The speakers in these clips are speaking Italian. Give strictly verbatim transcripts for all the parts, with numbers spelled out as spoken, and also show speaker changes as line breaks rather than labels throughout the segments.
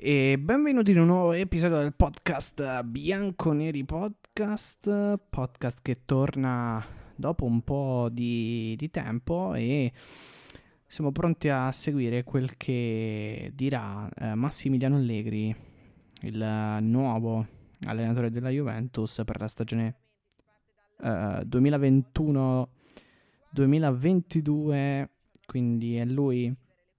E benvenuti in un nuovo episodio del podcast Bianconeri Podcast, podcast che torna dopo un po' di, di tempo e siamo pronti a seguire quel che dirà eh, Massimiliano Allegri, il nuovo allenatore della Juventus per la stagione eh, duemilaventuno duemilaventidue, quindi è lui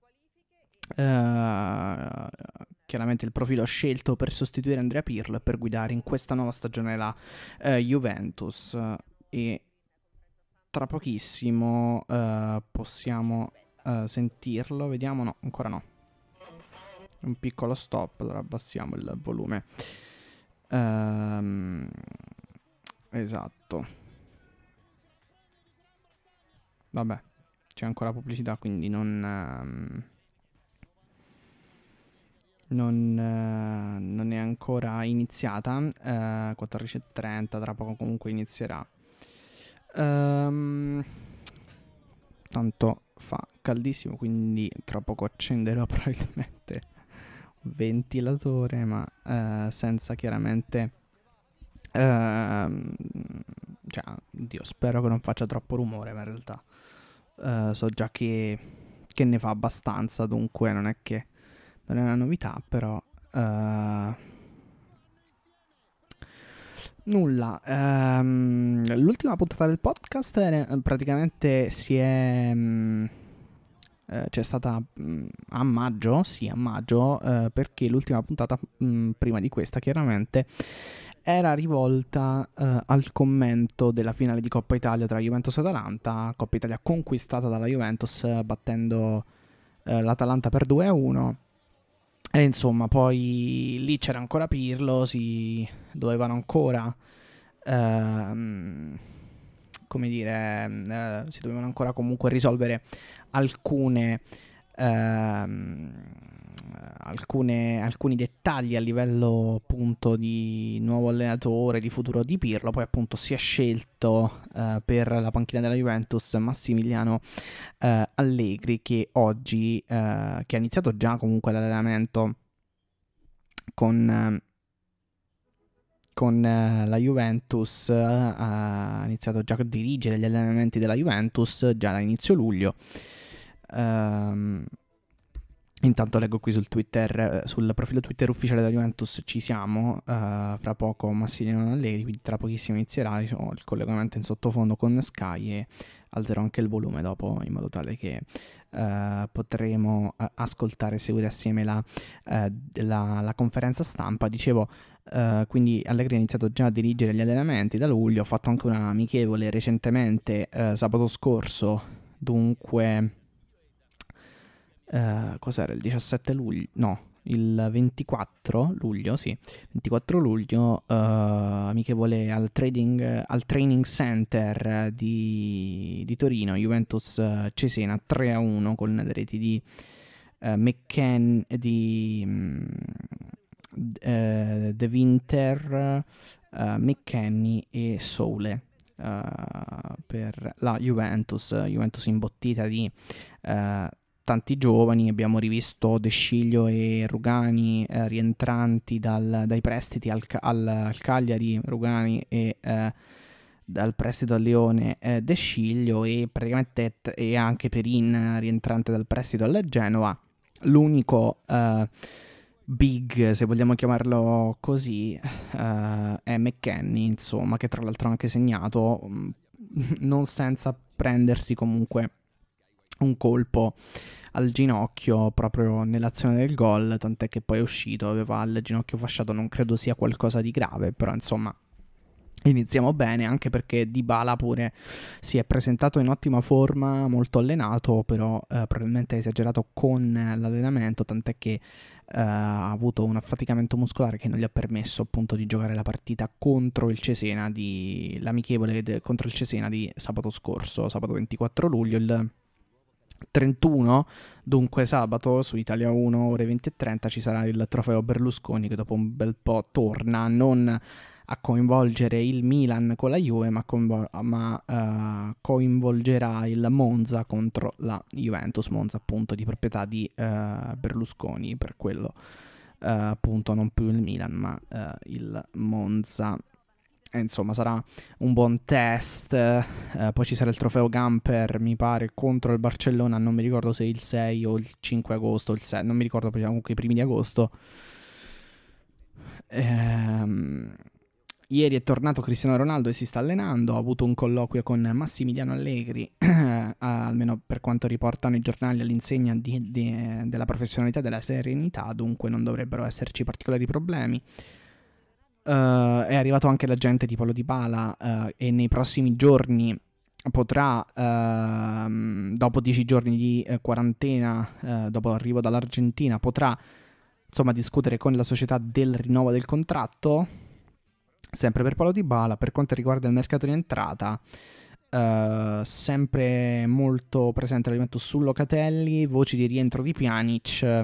Uh, chiaramente il profilo scelto per sostituire Andrea Pirlo e per guidare in questa nuova stagione la uh, Juventus, uh, e tra pochissimo uh, possiamo uh, sentirlo. Vediamo, no, ancora no, un piccolo stop, allora abbassiamo il volume. Um, esatto, vabbè, c'è ancora pubblicità, quindi non um, Non, uh, non è ancora iniziata, uh, quattordici e trenta, tra poco comunque inizierà. Um, tanto fa caldissimo, quindi tra poco accenderò probabilmente un ventilatore, ma uh, senza chiaramente... Uh, cioè, Dio, spero che non faccia troppo rumore, ma in realtà uh, so già che, che ne fa abbastanza, dunque non è che... Non è una novità, però uh, nulla. Um, l'ultima puntata del podcast eh, praticamente si è um, eh, c'è stata um, a maggio, sì, a maggio, uh, perché l'ultima puntata um, prima di questa chiaramente era rivolta uh, al commento della finale di Coppa Italia tra Juventus e Atalanta. Coppa Italia conquistata dalla Juventus uh, battendo uh, l'Atalanta per due a uno. E insomma, poi lì c'era ancora Pirlo, si dovevano ancora, ehm, come dire, eh, si dovevano ancora comunque risolvere alcune, ehm, alcune, alcuni dettagli a livello appunto di nuovo allenatore, di futuro di Pirlo. Poi appunto si è scelto eh, per la panchina della Juventus Massimiliano eh, Allegri, che oggi, eh, che ha iniziato già comunque l'allenamento con... Eh, con eh, la Juventus, eh, ha iniziato già a dirigere gli allenamenti della Juventus già da inizio luglio. Um, intanto leggo qui sul Twitter, sul profilo Twitter ufficiale della Juventus ci siamo, uh, fra poco Massimiliano Allegri, quindi tra pochissimo inizierà. Ho il collegamento in sottofondo con Sky e alzerò anche il volume dopo in modo tale che uh, potremo uh, ascoltare e seguire assieme la, uh, la, la conferenza stampa. Dicevo, uh, quindi Allegri ha iniziato già a dirigere gli allenamenti da luglio, ho fatto anche una amichevole recentemente, uh, sabato scorso, dunque... Uh, cos'era, il diciassette luglio? No, il ventiquattro luglio, sì, ventiquattro luglio, uh, amichevole al, trading, al training center di, di Torino, Juventus uh, Cesena tre a uno con le reti di uh, McKen, di um, uh, De Winter, uh, McKennie e Soule. Uh, per la Juventus, Juventus imbottita di uh, tanti giovani. Abbiamo rivisto De Sciglio e Rugani eh, rientranti dal, dai prestiti al, al, al Cagliari, Rugani, e eh, dal prestito al Lione eh, De Sciglio, e praticamente t- e anche Perin rientrante dal prestito alla Genova. L'unico eh, big, se vogliamo chiamarlo così, eh, è McKennie, insomma, che tra l'altro ha anche segnato, mh, non senza prendersi comunque un colpo al ginocchio proprio nell'azione del gol, tant'è che poi è uscito, aveva il ginocchio fasciato. Non credo sia qualcosa di grave, però insomma iniziamo bene, anche perché Dybala pure si è presentato in ottima forma, molto allenato, però eh, probabilmente ha esagerato con l'allenamento, tant'è che eh, ha avuto un affaticamento muscolare che non gli ha permesso appunto di giocare la partita contro il Cesena, di, l'amichevole de, contro il Cesena di sabato scorso, sabato ventiquattro luglio, il trentuno, dunque sabato su Italia uno, ore venti e trenta, ci sarà il trofeo Berlusconi, che dopo un bel po' torna non a coinvolgere il Milan con la Juve, ma, coinvol- ma uh, coinvolgerà il Monza contro la Juventus. Monza appunto di proprietà di uh, Berlusconi, per quello eh, appunto non più il Milan ma eh, il Monza. E insomma sarà un buon test. Eh, poi ci sarà il trofeo Gamper, mi pare, contro il Barcellona, non mi ricordo se il sei o il cinque agosto, il sei, non mi ricordo, comunque i primi di agosto. Ehm, ieri è tornato Cristiano Ronaldo e si sta allenando. Ha avuto un colloquio con Massimiliano Allegri, almeno per quanto riportano i giornali, all'insegna di, di, della professionalità e della serenità, dunque non dovrebbero esserci particolari problemi. Uh, è arrivato anche l'agente di Paulo Dybala uh, e nei prossimi giorni potrà, uh, dopo dieci giorni di uh, quarantena, uh, dopo l'arrivo dall'Argentina, potrà insomma discutere con la società del rinnovo del contratto, sempre per Paulo Dybala. Per quanto riguarda il mercato di entrata, uh, sempre molto presente la Juventus su Locatelli, voci di rientro di Pjanic.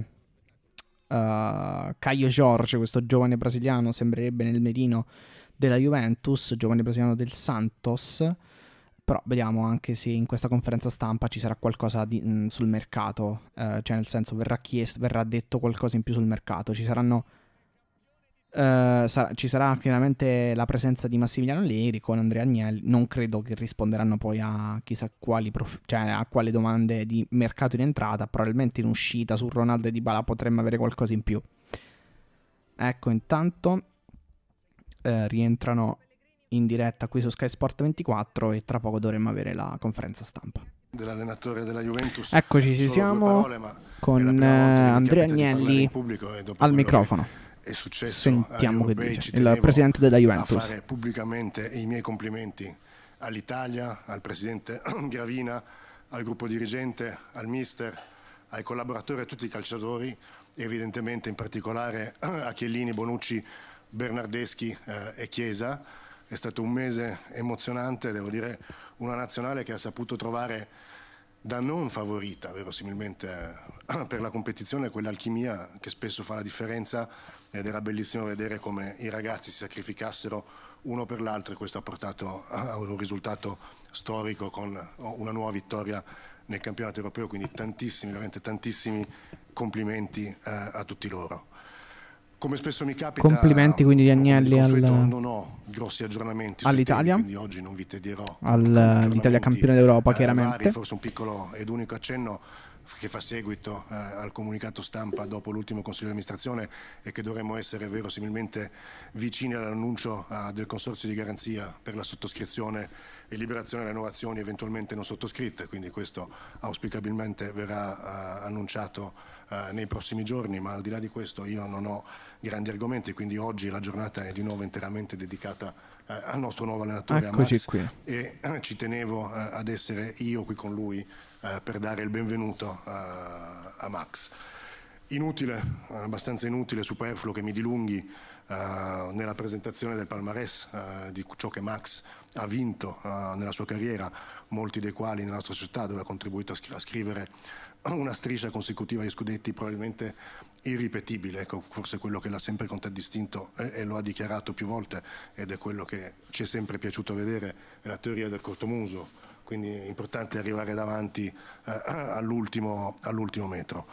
Uh, Caio Jorge, questo giovane brasiliano, sembrerebbe nel mirino della Juventus, giovane brasiliano del Santos, però vediamo anche se in questa conferenza stampa ci sarà qualcosa di, mh, sul mercato, uh, cioè nel senso verrà chiesto, verrà detto qualcosa in più sul mercato. Ci saranno Uh, sarà, ci sarà chiaramente la presenza di Massimiliano Allegri con Andrea Agnelli. Non credo che risponderanno poi a chissà quali prof- cioè a quali domande di mercato in entrata. Probabilmente in uscita su Ronaldo e Dybala potremmo avere qualcosa in più. Ecco, intanto uh, rientrano in diretta qui su Sky Sport ventiquattro e tra poco dovremmo avere la conferenza stampa
dell'allenatore della Juventus.
Eccoci, ci siamo parole, con uh, Andrea Agnelli al microfono.
È successo.
Sentiamo che dice il presidente della Juventus.
A fare pubblicamente i miei complimenti all'Italia, al presidente Gravina, al gruppo dirigente, al mister, ai collaboratori e a tutti i calciatori, evidentemente in particolare a Chiellini, Bonucci, Bernardeschi eh, e Chiesa. È stato un mese emozionante, devo dire, una nazionale che ha saputo trovare da non favorita, verosimilmente, eh, per la competizione, quell'alchimia che spesso fa la differenza, ed era bellissimo vedere come i ragazzi si sacrificassero uno per l'altro, e questo ha portato a un risultato storico con una nuova vittoria nel campionato europeo, quindi tantissimi, veramente tantissimi complimenti eh, a tutti loro. Come spesso mi capita,
complimenti quindi di Agnelli al...
non ho grossi aggiornamenti
all'Italia,
temi, quindi oggi non vi tederò
all'Italia campione d'Europa, eh, chiaramente.
Vari, forse un piccolo ed unico accenno che fa seguito eh, al comunicato stampa dopo l'ultimo consiglio di amministrazione, e che dovremmo essere verosimilmente vicini all'annuncio eh, del consorzio di garanzia per la sottoscrizione e liberazione delle innovazioni eventualmente non sottoscritte, quindi questo auspicabilmente verrà eh, annunciato eh, nei prossimi giorni. Ma al di là di questo io non ho grandi argomenti, quindi oggi la giornata è di nuovo interamente dedicata eh, al nostro nuovo allenatore,
Eccoci
Max,
qui.
e eh, ci tenevo eh, ad essere io qui con lui eh, per dare il benvenuto eh, a Max. Inutile, abbastanza inutile, superfluo che mi dilunghi eh, nella presentazione del palmarès eh, di ciò che Max ha vinto eh, nella sua carriera, molti dei quali nella nostra società, dove ha contribuito a, scri- a scrivere una striscia consecutiva di scudetti probabilmente irripetibile. Ecco, forse quello che l'ha sempre contraddistinto e, e lo ha dichiarato più volte, ed è quello che ci è sempre piaciuto vedere, è la teoria del cortomuso, quindi è importante arrivare davanti eh, all'ultimo, all'ultimo metro.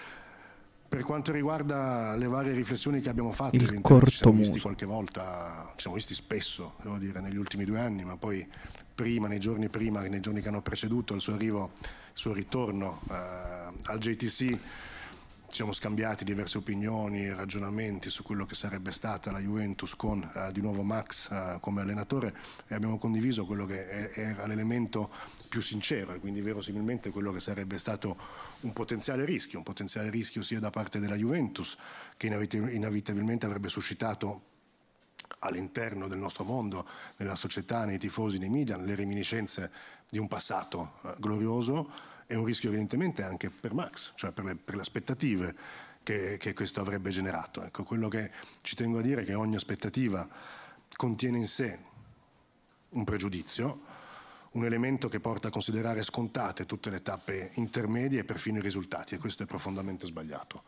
Per quanto riguarda le varie riflessioni che abbiamo fatto,
il
ci siamo visti qualche volta, ci siamo visti spesso, devo dire, negli ultimi due anni, ma poi prima, nei giorni prima, nei giorni che hanno preceduto il suo arrivo, il suo ritorno eh, al J T C, ci siamo scambiati diverse opinioni e ragionamenti su quello che sarebbe stata la Juventus con eh, di nuovo Max eh, come allenatore, e abbiamo condiviso quello che è, era l'elemento più sincero, e quindi verosimilmente quello che sarebbe stato un potenziale rischio, un potenziale rischio sia da parte della Juventus, che inevitabilmente avrebbe suscitato all'interno del nostro mondo, nella società, nei tifosi, nei media, le reminiscenze di un passato eh, glorioso, e un rischio evidentemente anche per Max, cioè per le, per le aspettative che, che questo avrebbe generato. Ecco, quello che ci tengo a dire è che ogni aspettativa contiene in sé un pregiudizio, un elemento che porta a considerare scontate tutte le tappe intermedie e perfino i risultati, e questo è profondamente sbagliato.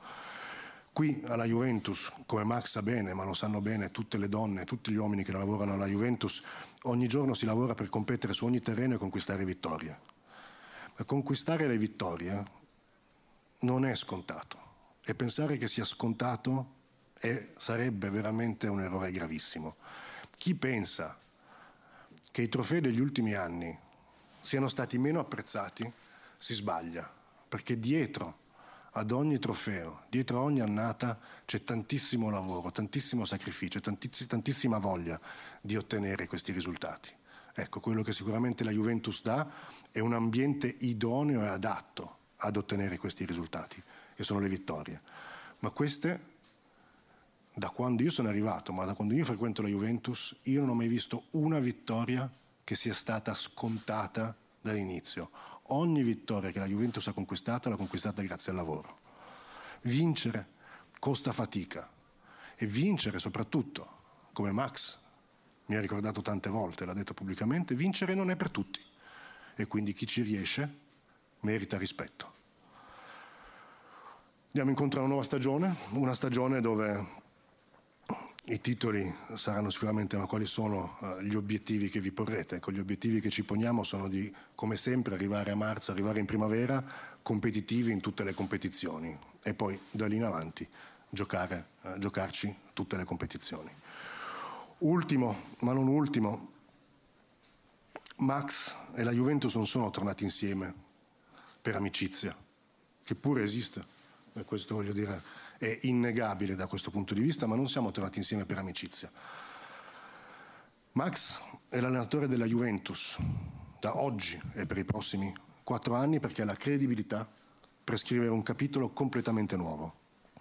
Qui alla Juventus, come Max sa bene, ma lo sanno bene tutte le donne, tutti gli uomini che lavorano alla Juventus, ogni giorno si lavora per competere su ogni terreno e conquistare vittorie. Ma conquistare le vittorie non è scontato, e pensare che sia scontato e sarebbe veramente un errore gravissimo. Chi pensa che i trofei degli ultimi anni siano stati meno apprezzati si sbaglia, perché dietro ad ogni trofeo, dietro a ogni annata c'è tantissimo lavoro, tantissimo sacrificio, tantiss- tantissima voglia di ottenere questi risultati. Ecco, quello che sicuramente la Juventus dà è un ambiente idoneo e adatto ad ottenere questi risultati, che sono le vittorie. Ma queste, da quando io sono arrivato, ma da quando io frequento la Juventus, io non ho mai visto una vittoria che sia stata scontata dall'inizio. Ogni vittoria che la Juventus ha conquistata l'ha conquistata grazie al lavoro. Vincere costa fatica e vincere soprattutto, come Max mi ha ricordato tante volte, l'ha detto pubblicamente, vincere non è per tutti e quindi chi ci riesce merita rispetto. Andiamo incontro a una nuova stagione, una stagione dove i titoli saranno sicuramente, ma quali sono uh, gli obiettivi che vi porrete? Ecco, gli obiettivi che ci poniamo sono di, come sempre, arrivare a marzo, arrivare in primavera, competitivi in tutte le competizioni e poi da lì in avanti giocare, uh, giocarci tutte le competizioni. Ultimo, ma non ultimo, Max e la Juventus non sono tornati insieme per amicizia, che pure esiste, e questo voglio dire è innegabile da questo punto di vista, ma non siamo tornati insieme per amicizia. Max è l'allenatore della Juventus da oggi e per i prossimi quattro anni perché ha la credibilità per scrivere un capitolo completamente nuovo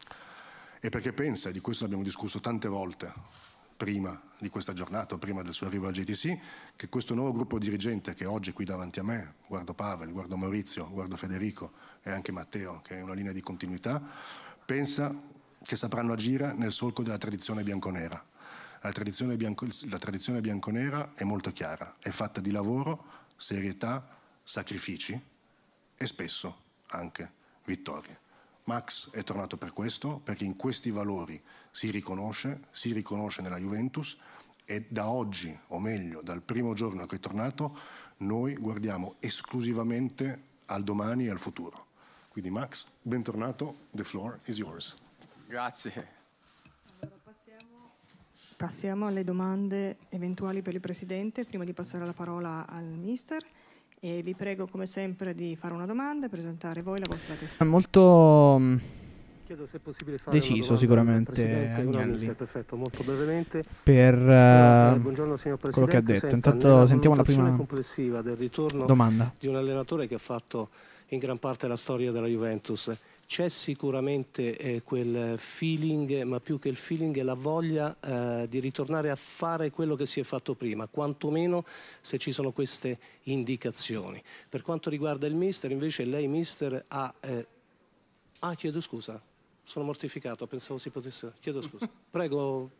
e perché pensa, e di questo abbiamo discusso tante volte prima di questa giornata, prima del suo arrivo al J T C, che questo nuovo gruppo dirigente che oggi è qui davanti a me, guardo Pavel, guardo Maurizio, guardo Federico e anche Matteo, che è una linea di continuità, pensa che sapranno agire nel solco della tradizione bianconera. La tradizione, bianco, la tradizione bianconera è molto chiara, è fatta di lavoro, serietà, sacrifici e spesso anche vittorie. Max è tornato per questo, perché in questi valori si riconosce, si riconosce nella Juventus e da oggi, o meglio, dal primo giorno che è tornato, noi guardiamo esclusivamente al domani e al futuro. Quindi Max, bentornato, the floor is yours.
Grazie.
Allora, passiamo, passiamo alle domande eventuali per il Presidente, prima di passare la parola al Mister. E vi prego come sempre di fare una domanda e presentare voi la vostra testa.
È molto
Chiedo se è possibile fare
deciso
una
sicuramente
Agnelli.
Agnelli
Perfetto, molto brevemente.
per
Allora,
uh,
buongiorno signor Presidente.
quello che ha detto.
Senta,
Intanto sentiamo la prima
complessiva del ritorno
domanda.
Di un allenatore che ha fatto in gran parte la storia della Juventus. C'è sicuramente eh, quel feeling, ma più che il feeling è la voglia eh, di ritornare a fare quello che si è fatto prima, quantomeno se ci sono queste indicazioni. Per quanto riguarda il mister, invece lei mister ha... Eh... Ah, chiedo scusa, sono mortificato, pensavo si potesse... Chiedo scusa, prego...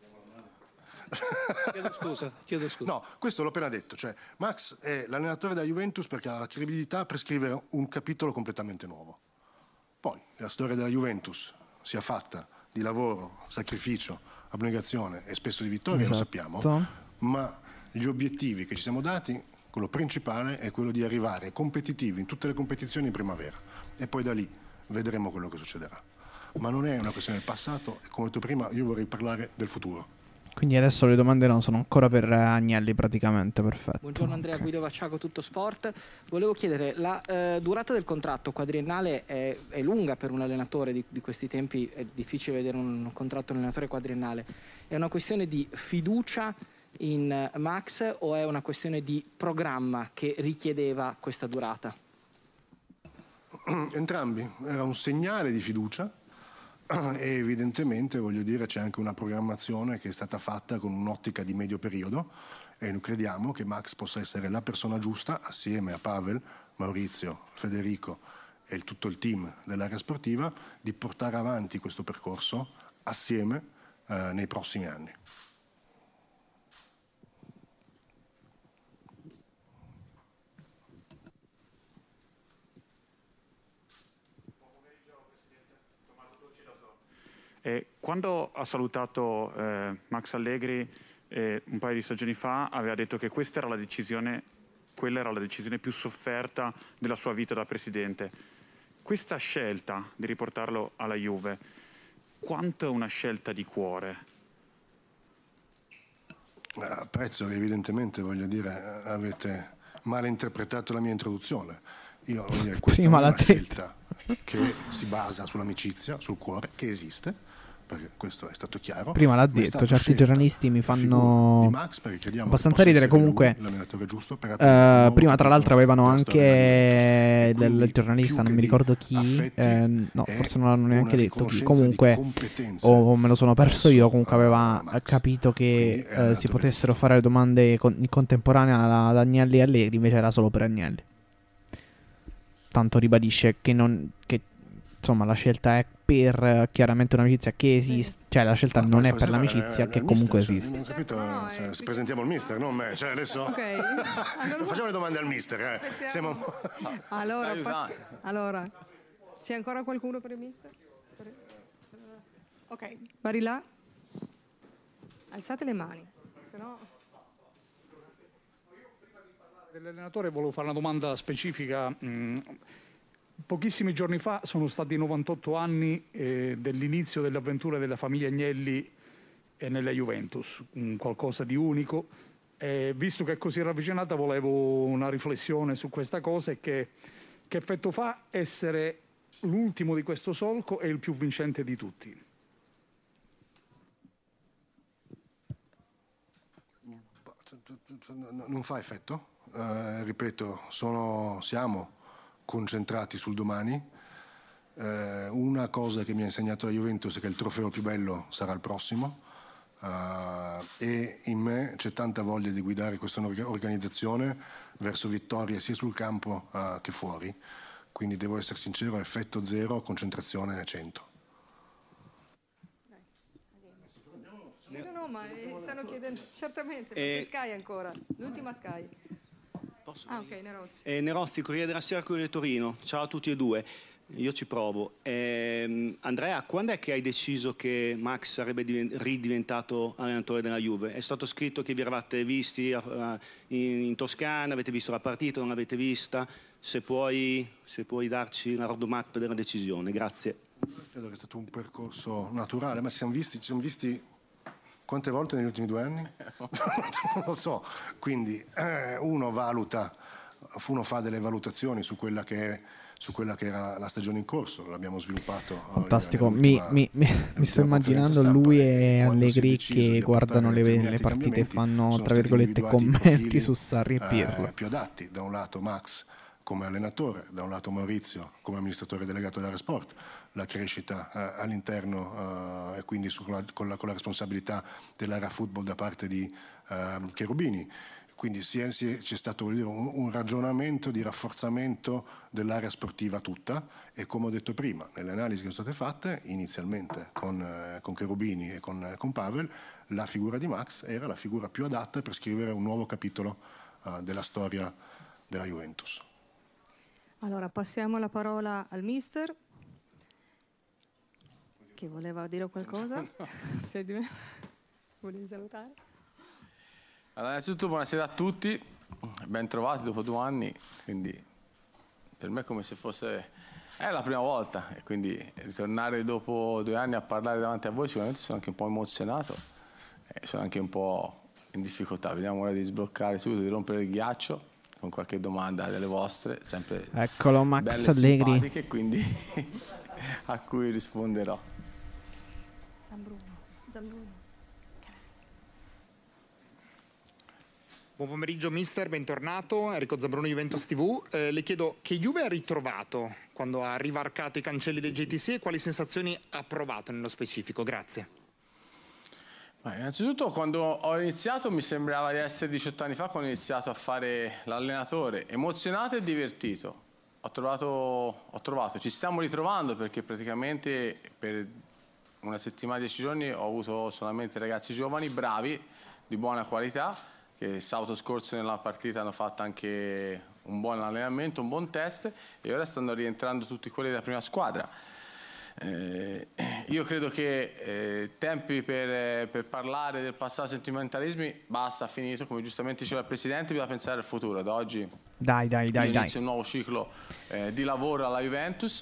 chiedo scusa, chiedo scusa.
No, questo l'ho appena detto, cioè Max è l'allenatore della Juventus perché ha la credibilità per scrivere un capitolo completamente nuovo. Poi la storia della Juventus sia fatta di lavoro, sacrificio, abnegazione e spesso di vittorie,
esatto.
Lo sappiamo, ma gli obiettivi che ci siamo dati, quello principale è quello di arrivare competitivi in tutte le competizioni in primavera e poi da lì vedremo quello che succederà. Ma non è una questione del passato e come ho detto prima io vorrei parlare del futuro.
Quindi adesso le domande non sono ancora per Agnelli praticamente, perfetto.
Buongiorno Andrea,
okay.
Guido Vacciago, Tutto Sport. Volevo chiedere, la eh, durata del contratto quadriennale è, è lunga per un allenatore di, di questi tempi, è difficile vedere un contratto allenatore quadriennale. È una questione di fiducia in Max o è una questione di programma che richiedeva questa durata?
Entrambi, era un segnale di fiducia. E evidentemente, voglio dire, c'è anche una programmazione che è stata fatta con un'ottica di medio periodo e noi crediamo che Max possa essere la persona giusta, assieme a Pavel, Maurizio, Federico e il, tutto il team dell'area sportiva, di portare avanti questo percorso assieme eh, nei prossimi anni.
E quando ha salutato eh, Max Allegri eh, un paio di stagioni fa aveva detto che questa era la decisione, quella era la decisione più sofferta della sua vita da presidente. Questa scelta di riportarlo alla Juve quanto è una scelta di cuore?
Apprezzo che evidentemente, voglio dire, avete malinterpretato la mia introduzione. Io voglio dire, questa
Prima
è una
l'ha
scelta che si basa sull'amicizia, sul cuore, che esiste, perché questo è stato chiaro.
Prima l'ha
Ma è
detto,
stato
certi
scelta
giornalisti mi
la figura
fanno
di Max, perché crediamo che
abbastanza
possa
ridere.
essere
Comunque,
lui l'allenatore giusto per
eh,
aprire un nuovo
prima tra
capitolo
l'altro avevano
della storia della
anche
Juventus. E
del
quindi,
giornalista,
più
non
che
mi
di
ricordo chi,
affetti,
eh, no,
è
forse non l'hanno neanche
una
detto chi.
riconoscenza
Comunque,
di competenze
o me lo sono perso io,
verso,
comunque
uh,
aveva
Max.
capito che
Quindi è
eh, si
l'allenatore
potessero
giusto.
fare domande con- in contemporanea ad Agnelli e Allegri, invece era solo per Agnelli. Tanto ribadisce che non che insomma la scelta è per eh, chiaramente un'amicizia che esiste, cioè la scelta
Ma
non
poi
è per
possiamo fare,
l'amicizia
eh,
che
il
comunque
mister, cioè,
esiste.
non ho capito,
Certo, no, no,
cioè,
è-
se presentiamo il mister, non me, cioè adesso
Ok. Allora,
facciamo le domande al mister, eh.
aspettiamo.
Siamo...
Allora, pass- allora, c'è ancora qualcuno per il mister? Per- Ok, vari là. Alzate le mani, se no...
Dell'allenatore volevo fare una domanda specifica. Mm, Pochissimi giorni fa sono stati novantotto anni eh, dell'inizio delle avventure della famiglia Agnelli eh, nella Juventus, un qualcosa di unico. Eh, visto che è così ravvicinata, volevo una riflessione su questa cosa e che, che effetto fa essere l'ultimo di questo solco e il più vincente di tutti.
Non fa effetto, eh, ripeto, sono, siamo concentrati sul domani. Eh, una cosa che mi ha insegnato la Juventus è che il trofeo più bello sarà il prossimo, eh, e in me c'è tanta voglia di guidare questa organizzazione verso vittorie sia sul campo eh, che fuori, quindi devo essere sincero, effetto zero, concentrazione cento.
Sì, no, no, ma eh, stanno chiedendo, certamente,
Eh,
perché Sky ancora, l'ultima Sky.
Posso
Ah,
dire?
ok, Nerozzi.
Eh, Nerozzi, Corriere della Sera, Corriere Torino. Ciao a tutti e due. Io ci provo. Ehm, Andrea, quando è che hai deciso che Max sarebbe diven- ridiventato allenatore della Juve? È stato scritto che vi eravate visti uh, in, in Toscana, avete visto la partita, non l'avete vista? Se puoi, se puoi darci la roadmap della decisione. Grazie.
Credo che è stato un percorso naturale, ma ci siamo visti, ci siamo visti quante volte negli ultimi due anni? Non lo so, quindi eh, uno valuta, uno fa delle valutazioni su quella che è, su quella che era la stagione in corso, l'abbiamo sviluppato.
Fantastico, mi, mi, mi, mi sto immaginando lui e Allegri che guardano le, le partite e fanno tra virgolette commenti su Sarri e Pirlo.
Eh, più adatti, da un lato Max come allenatore, da un lato Maurizio come amministratore delegato dell'Aresport, la crescita eh, all'interno eh, e quindi su, con, la, con, la, con la responsabilità dell'area football da parte di eh, Cherubini. Quindi si è, si è, c'è stato voglio dire, un, un ragionamento di rafforzamento dell'area sportiva tutta e come ho detto prima, nelle analisi che sono state fatte inizialmente con, eh, con Cherubini e con, con Pavel, la figura di Max era la figura più adatta per scrivere un nuovo capitolo eh, della storia della Juventus.
Allora, passiamo la parola al mister, che voleva dire qualcosa. Senti me? Volevi salutare?
Allora, innanzitutto buonasera a tutti, ben trovati dopo due anni, quindi per me è come se fosse è la prima volta e quindi ritornare dopo due anni a parlare davanti a voi sicuramente sono anche un po' emozionato e sono anche un po' in difficoltà. Vediamo ora di sbloccare subito, di rompere il ghiaccio con qualche domanda delle vostre, sempre
Eccolo Max
belle
Allegri,
simpatiche, quindi a cui risponderò.
Zambruno, Zambruno.
Buon pomeriggio mister, bentornato, Enrico Zambruno, Juventus tivù. Eh, le chiedo che Juve ha ritrovato quando ha rivarcato i cancelli del J T C e quali sensazioni ha provato nello specifico? Grazie.
Ma innanzitutto quando ho iniziato mi sembrava di essere diciotto anni fa, quando ho iniziato a fare l'allenatore, emozionato e divertito. Ho trovato, ho trovato, ci stiamo ritrovando perché praticamente per una settimana, dieci giorni ho avuto solamente ragazzi giovani, bravi, di buona qualità, che sabato scorso nella partita hanno fatto anche un buon allenamento, un buon test e ora stanno rientrando tutti quelli della prima squadra. Eh, io credo che eh, tempi per, per parlare del passato sentimentalismi basta, finito, come giustamente diceva il Presidente, bisogna pensare al futuro. Da oggi
dai dai dai
io
dai
inizio un nuovo ciclo eh, di lavoro alla Juventus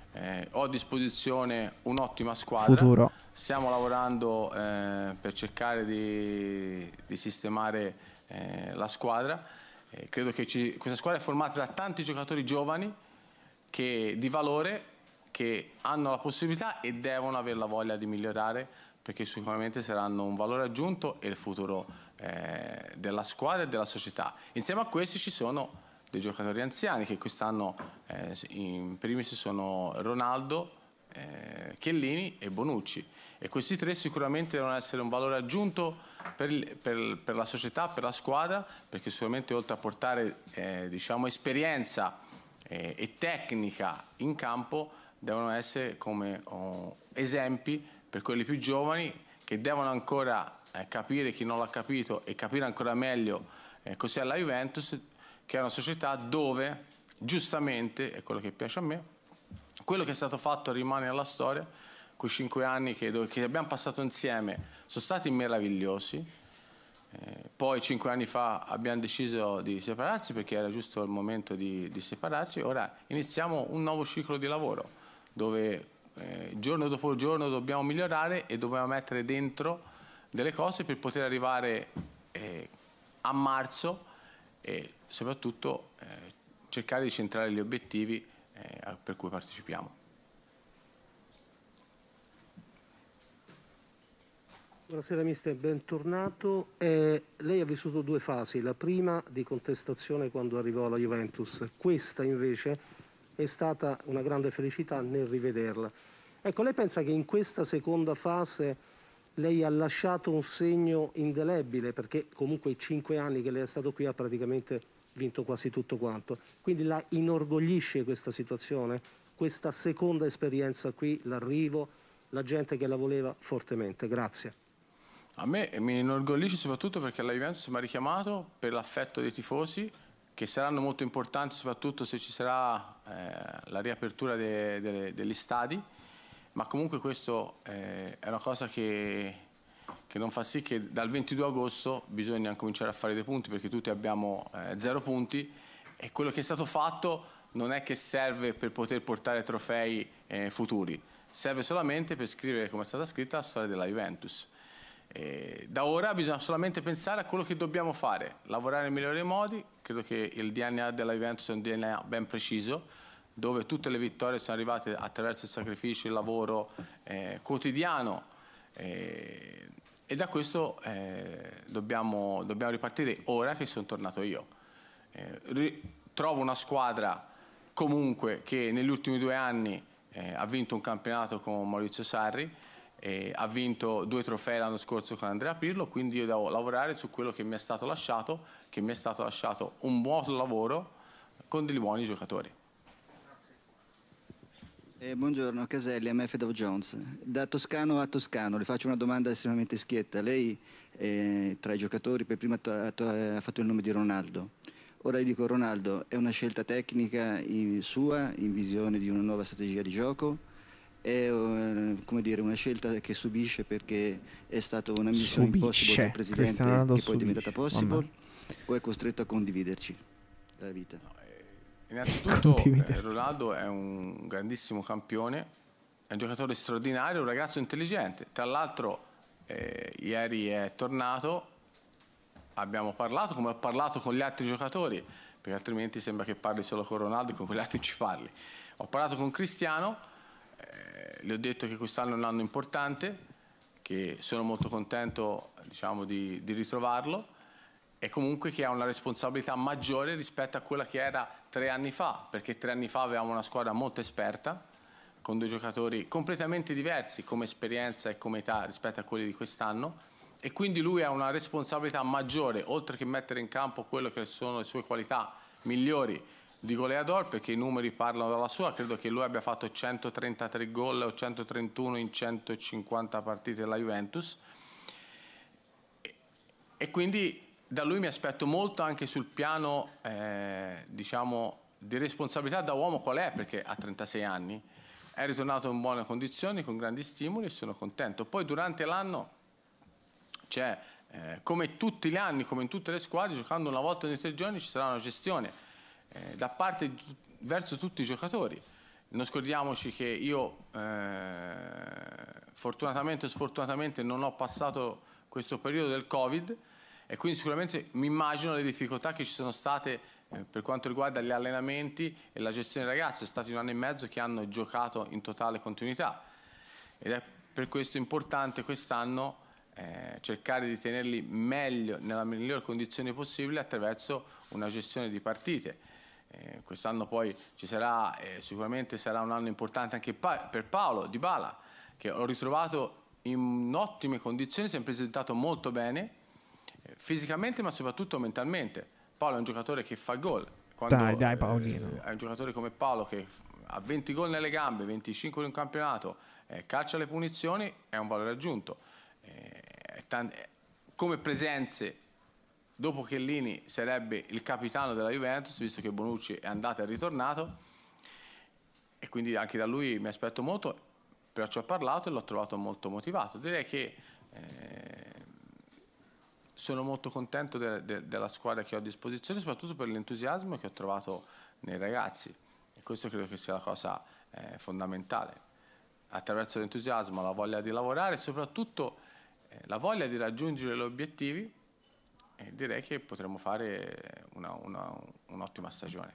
Eh, ho a disposizione un'ottima squadra.
Futuro.
Stiamo lavorando eh, per cercare di, di sistemare eh, la squadra. Eh, credo che ci, questa squadra è formata da tanti giocatori giovani che, di valore, che hanno la possibilità e devono avere la voglia di migliorare, perché sicuramente saranno un valore aggiunto e il futuro eh, della squadra e della società. Insieme a questi ci sono dei giocatori anziani che quest'anno eh, in primis sono Ronaldo, eh, Chiellini e Bonucci, e questi tre sicuramente devono essere un valore aggiunto per, il, per, per la società, per la squadra, perché sicuramente oltre a portare eh, diciamo esperienza eh, e tecnica in campo devono essere come oh, esempi per quelli più giovani che devono ancora eh, capire chi non l'ha capito e capire ancora meglio eh, cos'è la Juventus, che è una società dove, giustamente, è quello che piace a me, quello che è stato fatto rimane nella storia. Quei cinque anni che, dove, che abbiamo passato insieme sono stati meravigliosi. Eh, poi cinque anni fa abbiamo deciso di separarsi perché era giusto il momento di, di separarci. Ora iniziamo un nuovo ciclo di lavoro dove eh, giorno dopo giorno dobbiamo migliorare e dobbiamo mettere dentro delle cose per poter arrivare eh, a marzo e soprattutto eh, cercare di centrare gli obiettivi eh, per cui partecipiamo.
Buonasera mister, bentornato. Eh, lei ha vissuto due fasi, la prima di contestazione quando arrivò alla Juventus, questa invece è stata una grande felicità nel rivederla. Ecco, lei pensa che in questa seconda fase lei ha lasciato un segno indelebile, perché comunque i cinque anni che lei è stato qui ha praticamente vinto quasi tutto quanto, quindi la inorgoglisce questa situazione, questa seconda esperienza qui, l'arrivo, la gente che la voleva fortemente? Grazie.
A me mi inorgoglisce soprattutto perché la Juventus mi ha richiamato per l'affetto dei tifosi, che saranno molto importanti soprattutto se ci sarà eh, la riapertura de, de, degli stadi, ma comunque questo eh, è una cosa che, che non fa sì che dal ventidue agosto bisogna cominciare a fare dei punti, perché tutti abbiamo eh, zero punti e quello che è stato fatto non è che serve per poter portare trofei eh, futuri, serve solamente per scrivere, come è stata scritta, la storia della Juventus. E da ora bisogna solamente pensare a quello che dobbiamo fare, lavorare nei migliori modi. Credo che il D N A della Juventus è un D N A ben preciso, dove tutte le vittorie sono arrivate attraverso il sacrificio, il lavoro eh, quotidiano eh, e da questo eh, dobbiamo, dobbiamo ripartire ora che sono tornato io. Eh, ri- trovo una squadra comunque che negli ultimi due anni eh, ha vinto un campionato con Maurizio Sarri, e ha vinto due trofei l'anno scorso con Andrea Pirlo, quindi io devo lavorare su quello che mi è stato lasciato, che mi è stato lasciato un buon lavoro con dei buoni giocatori.
Eh, buongiorno, Caselli, M F Dow Jones. Da toscano a toscano, le faccio una domanda estremamente schietta. Lei eh, tra i giocatori per prima ha, ha fatto il nome di Ronaldo. Ora io dico Ronaldo, è una scelta tecnica in, sua, in visione di una nuova strategia di gioco? È come dire, una scelta che subisce perché è stata una missione impossibile del presidente che poi subisce. È diventata possible? Vabbè. O è costretto a condividerci la vita?
No, eh, innanzitutto eh, Ronaldo è un grandissimo campione, è un giocatore straordinario, un ragazzo intelligente. Tra l'altro eh, ieri è tornato, abbiamo parlato come ho parlato con gli altri giocatori, perché altrimenti sembra che parli solo con Ronaldo e con quegli altri non ci parli. Ho parlato con Cristiano. Le ho detto che quest'anno è un anno importante, che sono molto contento diciamo, di, di ritrovarlo e comunque che ha una responsabilità maggiore rispetto a quella che era tre anni fa, perché tre anni fa avevamo una squadra molto esperta, con due giocatori completamente diversi come esperienza e come età rispetto a quelli di quest'anno, e quindi lui ha una responsabilità maggiore, oltre che mettere in campo quello che sono le sue qualità migliori di goleador, perché i numeri parlano dalla sua. Credo che lui abbia fatto centotrentatré gol o centotrentuno in centocinquanta partite della Juventus e, e quindi da lui mi aspetto molto anche sul piano eh, diciamo di responsabilità da uomo qual è, perché ha trentasei anni, è ritornato in buone condizioni con grandi stimoli e sono contento. Poi durante l'anno c'è eh, come tutti gli anni, come in tutte le squadre, giocando una volta ogni tre giorni ci sarà una gestione Eh, da parte verso tutti i giocatori non scordiamoci che io eh, fortunatamente o sfortunatamente non ho passato questo periodo del Covid e quindi sicuramente mi immagino le difficoltà che ci sono state eh, per quanto riguarda gli allenamenti e la gestione dei ragazzi. Sono stati un anno e mezzo che hanno giocato in totale continuità ed è per questo importante quest'anno eh, cercare di tenerli meglio, nella miglior condizione possibile attraverso una gestione di partite. Eh, quest'anno poi ci sarà, eh, sicuramente sarà un anno importante anche pa per Paolo Dybala, che ho ritrovato in ottime condizioni, si è presentato molto bene, eh, fisicamente ma soprattutto mentalmente. Paolo è un giocatore che fa gol. Quando,
dai, dai Paolino.
Eh, è un giocatore come Paolo che ha venti gol nelle gambe, venticinque in un campionato, eh, calcia le punizioni, è un valore aggiunto. Eh, come presenze, dopo Chiellini sarebbe il capitano della Juventus, visto che Bonucci è andato e è ritornato, e quindi anche da lui mi aspetto molto, però ci ho parlato e l'ho trovato molto motivato. Direi che eh, sono molto contento de de della squadra che ho a disposizione, soprattutto per l'entusiasmo che ho trovato nei ragazzi, e questo credo che sia la cosa eh, fondamentale. Attraverso l'entusiasmo, la voglia di lavorare e soprattutto eh, la voglia di raggiungere gli obiettivi, e direi che potremmo fare un'ottima stagione.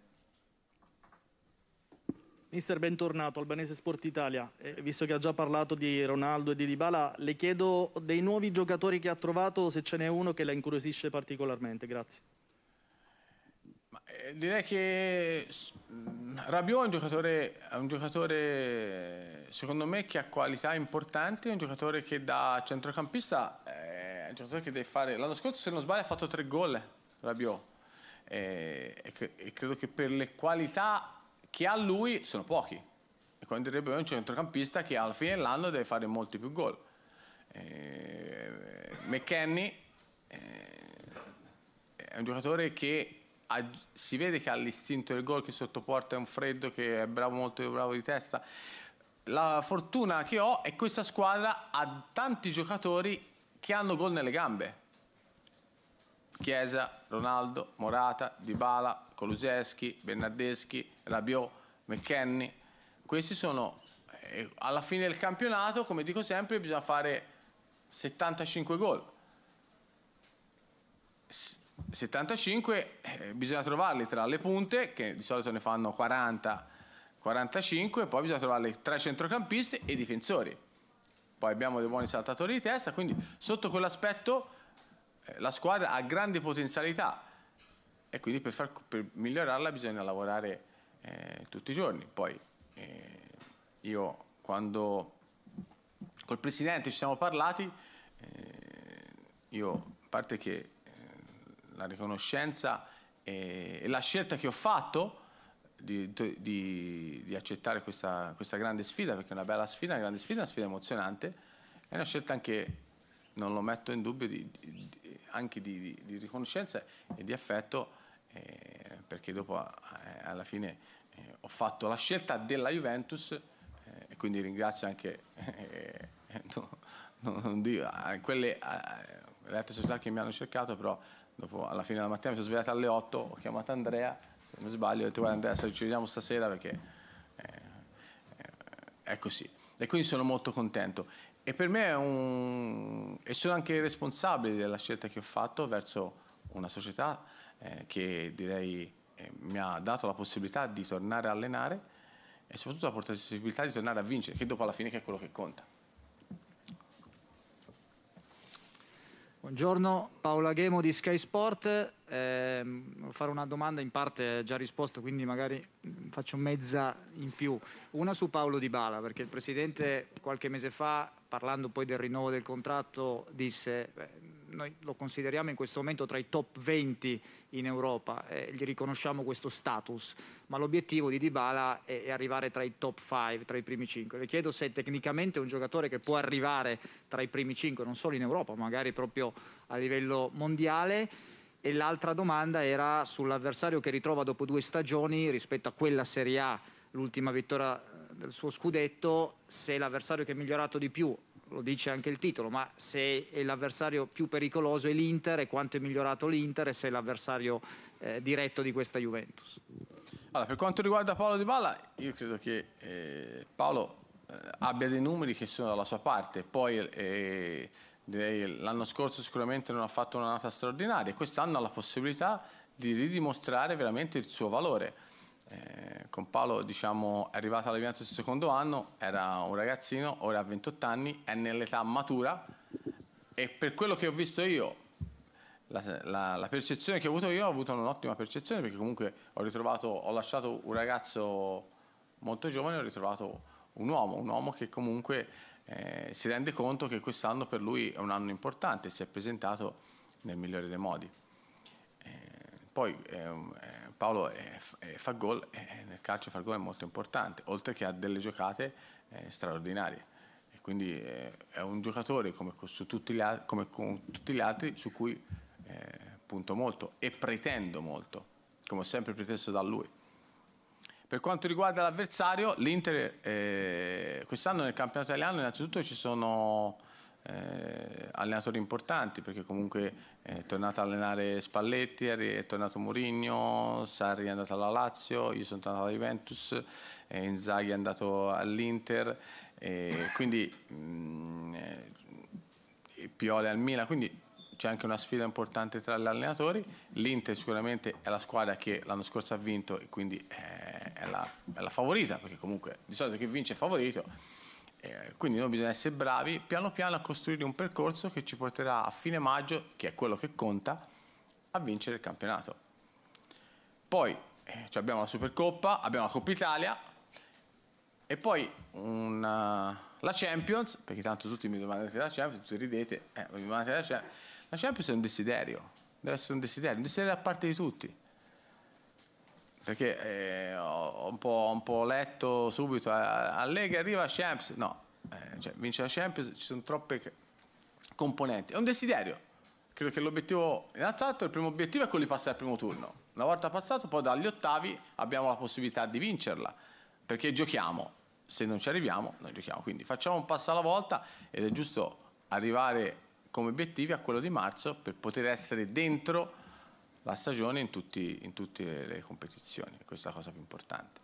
Mister, bentornato, Albanese Sport Italia. Eh, visto che ha già parlato di Ronaldo e di Dybala, le chiedo dei nuovi giocatori che ha trovato, se ce n'è uno che la incuriosisce particolarmente. Grazie.
Ma, eh, direi che Rabiot è un giocatore, è un giocatore, secondo me, che ha qualità importanti, è un giocatore che da centrocampista è un giocatore che deve fare. L'anno scorso, se non sbaglio, ha fatto tre gol Rabiot, e, e, e credo che per le qualità che ha lui sono pochi, e quando direbbe un centrocampista che alla fine dell'anno deve fare molti più gol. eh, McKennie eh, è un giocatore che ha, si vede che ha l'istinto del gol, che sottoporta, è un freddo, che è bravo, molto bravo di testa. La fortuna che ho è che questa squadra ha tanti giocatori che hanno gol nelle gambe: Chiesa, Ronaldo, Morata, Dybala, Kulusevski, Bernardeschi, Rabiot, McKennie. Questi sono, eh, alla fine del campionato, come dico sempre, bisogna fare settantacinque gol. settantacinque eh, bisogna trovarli tra le punte, che di solito ne fanno quaranta quarantacinque, poi bisogna trovarli tra i centrocampisti e i difensori. Poi abbiamo dei buoni saltatori di testa, quindi sotto quell'aspetto eh, la squadra ha grandi potenzialità, e quindi per, far, per migliorarla bisogna lavorare eh, tutti i giorni. Poi eh, io quando col Presidente ci siamo parlati, eh, io, a parte che eh, la riconoscenza e, e la scelta che ho fatto di, di, di accettare questa, questa grande sfida, perché è una bella sfida, una grande sfida, una sfida emozionante, è una scelta anche, non lo metto in dubbio, di, di, anche di, di, di riconoscenza e di affetto, eh, perché dopo eh, alla fine eh, ho fatto la scelta della Juventus, eh, e quindi ringrazio anche eh, no, no, non dico, eh, quelle, eh, le altre società che mi hanno cercato, però dopo alla fine della mattina mi sono svegliato alle otto, ho chiamato Andrea, se non sbaglio, ho detto guarda Andrea, ci vediamo stasera perché eh, eh, è così, e quindi sono molto contento. E per me è un... e sono anche responsabile della scelta che ho fatto verso una società eh, che direi eh, mi ha dato la possibilità di tornare a allenare e soprattutto la possibilità di tornare a vincere, che dopo alla fine che è quello che conta.
Buongiorno, Paolo Aghemo di Sky Sport. Eh, devo fare una domanda, in parte già risposta, quindi magari faccio mezza in più. Una su Paolo Dybala, perché il Presidente qualche mese fa, parlando poi del rinnovo del contratto, disse beh, noi lo consideriamo in questo momento tra i top venti in Europa, eh, gli riconosciamo questo status, ma l'obiettivo di Dybala è, è arrivare tra i top cinque, tra i primi cinque. Le chiedo se tecnicamente è un giocatore che può arrivare tra i primi cinque, non solo in Europa, magari proprio a livello mondiale. E l'altra domanda era sull'avversario che ritrova dopo due stagioni rispetto a quella Serie A, l'ultima vittoria del suo scudetto, se l'avversario che è migliorato di più, lo dice anche il titolo, ma se è l'avversario più pericoloso è l'Inter, e quanto è migliorato l'Inter, e se è l'avversario eh, diretto di questa Juventus.
Allora, per quanto riguarda Paolo Dybala, io credo che eh, Paolo eh, abbia dei numeri che sono dalla sua parte. Poi eh, direi, l'anno scorso sicuramente non ha fatto un'annata straordinaria e quest'anno ha la possibilità di ridimostrare veramente il suo valore. Eh, con Paolo, diciamo, è arrivato alla Juventus il secondo anno, era un ragazzino, ora ha ventotto anni, è nell'età matura e per quello che ho visto io, la, la, la percezione che ho avuto io, ho avuto un'ottima percezione, perché comunque ho ritrovato, ho lasciato un ragazzo molto giovane, ho ritrovato un uomo, un uomo che comunque eh, si rende conto che quest'anno per lui è un anno importante e si è presentato nel migliore dei modi. Eh, poi eh, Paolo è, è, fa gol e nel calcio far gol è molto importante, oltre che a delle giocate eh, straordinarie. E quindi eh, è un giocatore come, su tutti gli, come con tutti gli altri su cui eh, punto molto e pretendo molto, come ho sempre preteso da lui. Per quanto riguarda l'avversario, l'Inter eh, quest'anno nel campionato italiano innanzitutto ci sono eh, allenatori importanti, perché comunque è tornato a allenare Spalletti, è tornato Mourinho, Sarri è andato alla Lazio, io sono tornato alla Juventus, eh, Inzaghi è andato all'Inter, eh, quindi mh, eh, Pioli al Milan, quindi c'è anche una sfida importante tra gli allenatori. L'Inter sicuramente è la squadra che l'anno scorso ha vinto e quindi è, è, la, è la favorita, perché comunque di solito chi vince è favorito. Eh, quindi noi bisogna essere bravi piano piano a costruire un percorso che ci porterà a fine maggio, che è quello che conta, a vincere il campionato. Poi eh, abbiamo la Supercoppa, abbiamo la Coppa Italia e poi una, la Champions, perché tanto tutti mi domandate la Champions, tutti ridete, eh, mi domandate la Champions. La Champions è un desiderio, deve essere un desiderio, un desiderio da parte di tutti. Perché eh, ho, un po', un po' letto subito, a, a Lega arriva la Champions, no, eh, cioè, vince la Champions, ci sono troppe componenti. È un desiderio. Credo che l'obiettivo, innanzitutto il primo obiettivo è quello di passare al primo turno. Una volta passato, poi dagli ottavi abbiamo la possibilità di vincerla, perché giochiamo. Se non ci arriviamo, noi giochiamo. Quindi facciamo un passo alla volta ed è giusto arrivare come obiettivi a quello di marzo per poter essere dentro la stagione in, tutti, in tutte le competizioni. Questa è la cosa più importante.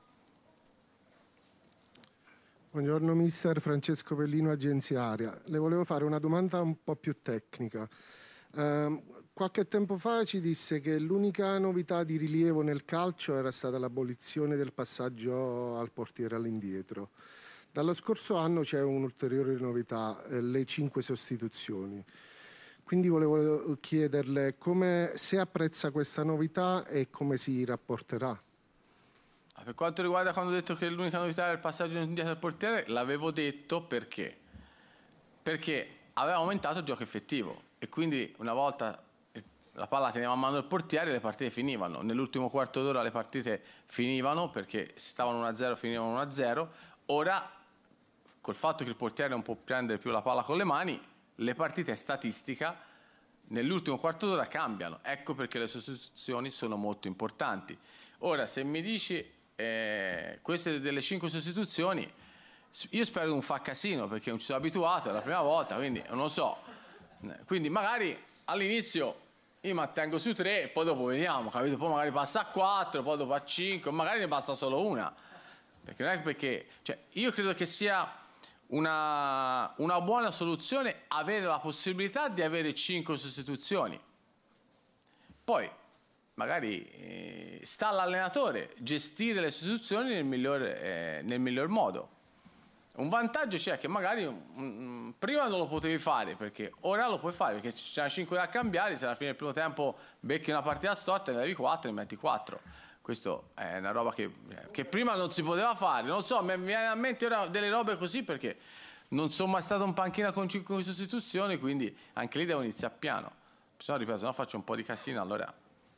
Buongiorno mister, Francesco Pellino, Agenzia Aria. Le volevo fare una domanda un po' più tecnica. Eh, qualche tempo fa ci disse che l'unica novità di rilievo nel calcio era stata l'abolizione del passaggio al portiere all'indietro. Dallo scorso anno c'è un'ulteriore novità, eh, le cinque sostituzioni. Quindi volevo chiederle come, se apprezza questa novità e come si rapporterà.
Per quanto riguarda quando ho detto che l'unica novità era il passaggio indietro al portiere, l'avevo detto perché? Perché aveva aumentato il gioco effettivo e quindi una volta la palla teneva a mano il portiere, le partite finivano. Nell'ultimo quarto d'ora le partite finivano perché se stavano uno a zero finivano uno a zero. Ora, col fatto che il portiere non può prendere più la palla con le mani, le partite statistica nell'ultimo quarto d'ora cambiano. Ecco perché le sostituzioni sono molto importanti. Ora, se mi dici eh, queste delle cinque sostituzioni, io spero che non fa casino perché non ci sono abituato, è la prima volta, quindi non lo so. Quindi magari all'inizio io mantengo su tre, poi dopo vediamo, capito? Poi magari passa a quattro, poi dopo a cinque, magari ne basta solo una. Perché non è perché, cioè, io credo che sia Una, una buona soluzione avere la possibilità di avere cinque sostituzioni. Poi magari eh, sta all'allenatore gestire le sostituzioni nel miglior, eh, nel miglior modo. Un vantaggio c'è che magari um, prima non lo potevi fare, perché ora lo puoi fare, perché c'è cinque da cambiare, se alla fine del primo tempo becchi una partita storta, ne levi quattro e ne metti quattro. Questo è una roba che, che prima non si poteva fare, non so, mi viene a mente ora delle robe così perché non sono mai stato in panchina con cinque sostituzioni, quindi anche lì devo iniziare piano. Se no, ripeto, se no faccio un po' di casino, allora...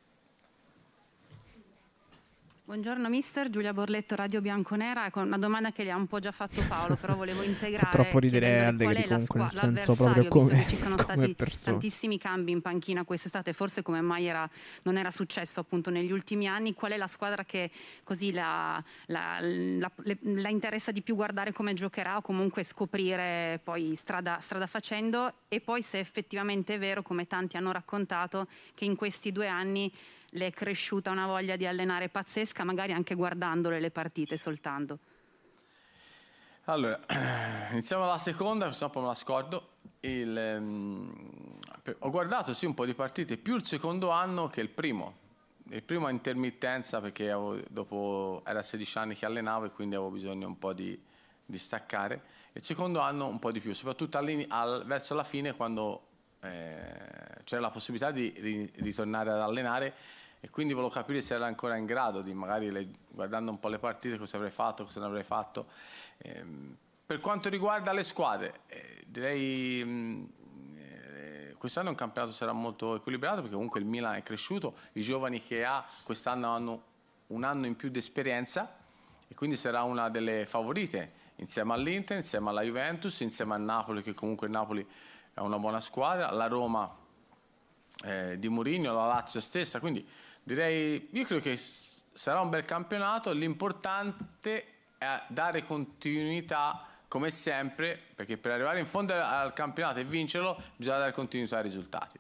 Buongiorno mister, Giulia Borletto, Radio Bianconera. Ecco, una domanda che le ha un po' già fatto Paolo, però volevo integrare.
Fa troppo ridere Allegri comunque, nel senso proprio come,
visto che ci sono stati
persona.
tantissimi cambi in panchina quest'estate, forse come mai era, non era successo appunto negli ultimi anni. Qual è la squadra che così la, la, la, la, la interessa di più guardare come giocherà o comunque scoprire poi strada, strada facendo? E poi se effettivamente è vero, come tanti hanno raccontato, che in questi due anni le è cresciuta una voglia di allenare pazzesca, magari anche guardandole le partite soltanto?
Allora, iniziamo dalla seconda, se no poi me la scordo. Il, um, ho guardato sì un po' di partite, più il secondo anno che il primo. Il primo a intermittenza, perché avevo, dopo era sedici anni che allenavo e quindi avevo bisogno un po' di, di staccare. Il secondo anno un po' di più, soprattutto al, verso la fine, quando eh, c'era la possibilità di, di, di tornare ad allenare, e quindi volevo capire se era ancora in grado di, magari le, guardando un po' le partite, cosa avrei fatto, cosa non avrei fatto. Eh, per quanto riguarda le squadre, eh, direi mh, eh, quest'anno un campionato sarà molto equilibrato, perché comunque il Milan è cresciuto, i giovani che ha quest'anno hanno un anno in più di esperienza e quindi sarà una delle favorite insieme all'Inter, insieme alla Juventus, insieme al Napoli, che comunque il Napoli è una buona squadra, la Roma eh, di Mourinho, la Lazio stessa, quindi direi, io credo che sarà un bel campionato. L'importante è dare continuità, come sempre, perché per arrivare in fondo al campionato e vincerlo bisogna dare continuità ai risultati.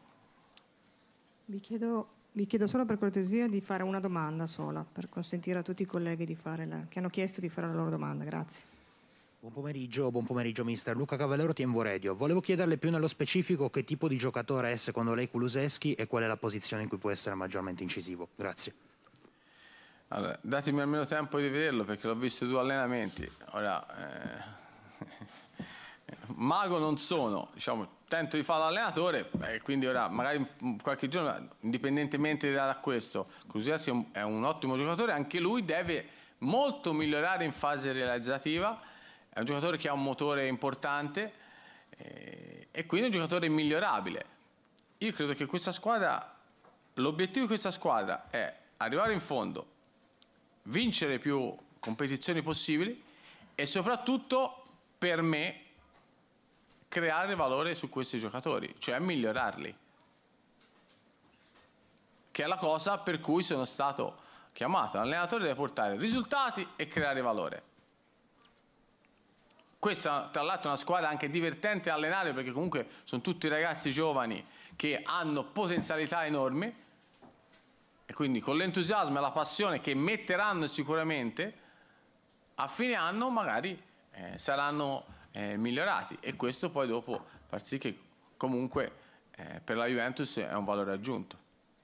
Vi chiedo, vi chiedo solo per cortesia di fare una domanda sola, per consentire a tutti i colleghi di fare la, che hanno chiesto di fare la loro domanda. Grazie.
Buon pomeriggio, buon pomeriggio mister. Luca Cavallero, T M V Radio. Volevo chiederle più nello specifico che tipo di giocatore è secondo lei Kulusevski e qual è la posizione in cui può essere maggiormente incisivo. Grazie.
Allora, datemi almeno tempo di vederlo, perché l'ho visto due allenamenti. Ora, eh, mago non sono, diciamo, tento di fare l'allenatore, eh, quindi ora magari qualche giorno, indipendentemente da questo, Kulusevski è un ottimo giocatore, anche lui deve molto migliorare in fase realizzativa. È un giocatore che ha un motore importante eh, e quindi è un giocatore migliorabile. Io credo che questa squadra, l'obiettivo di questa squadra è arrivare in fondo, vincere più competizioni possibili e soprattutto, per me, creare valore su questi giocatori, cioè migliorarli, che è la cosa per cui sono stato chiamato. L'allenatore deve portare risultati e creare valore. Questa tra l'altro è una squadra anche divertente da allenare, perché comunque sono tutti ragazzi giovani che hanno potenzialità enormi e quindi con l'entusiasmo e la passione che metteranno sicuramente a fine anno magari eh, saranno eh, migliorati, e questo poi dopo fa sì che comunque eh, per la Juventus è un valore aggiunto.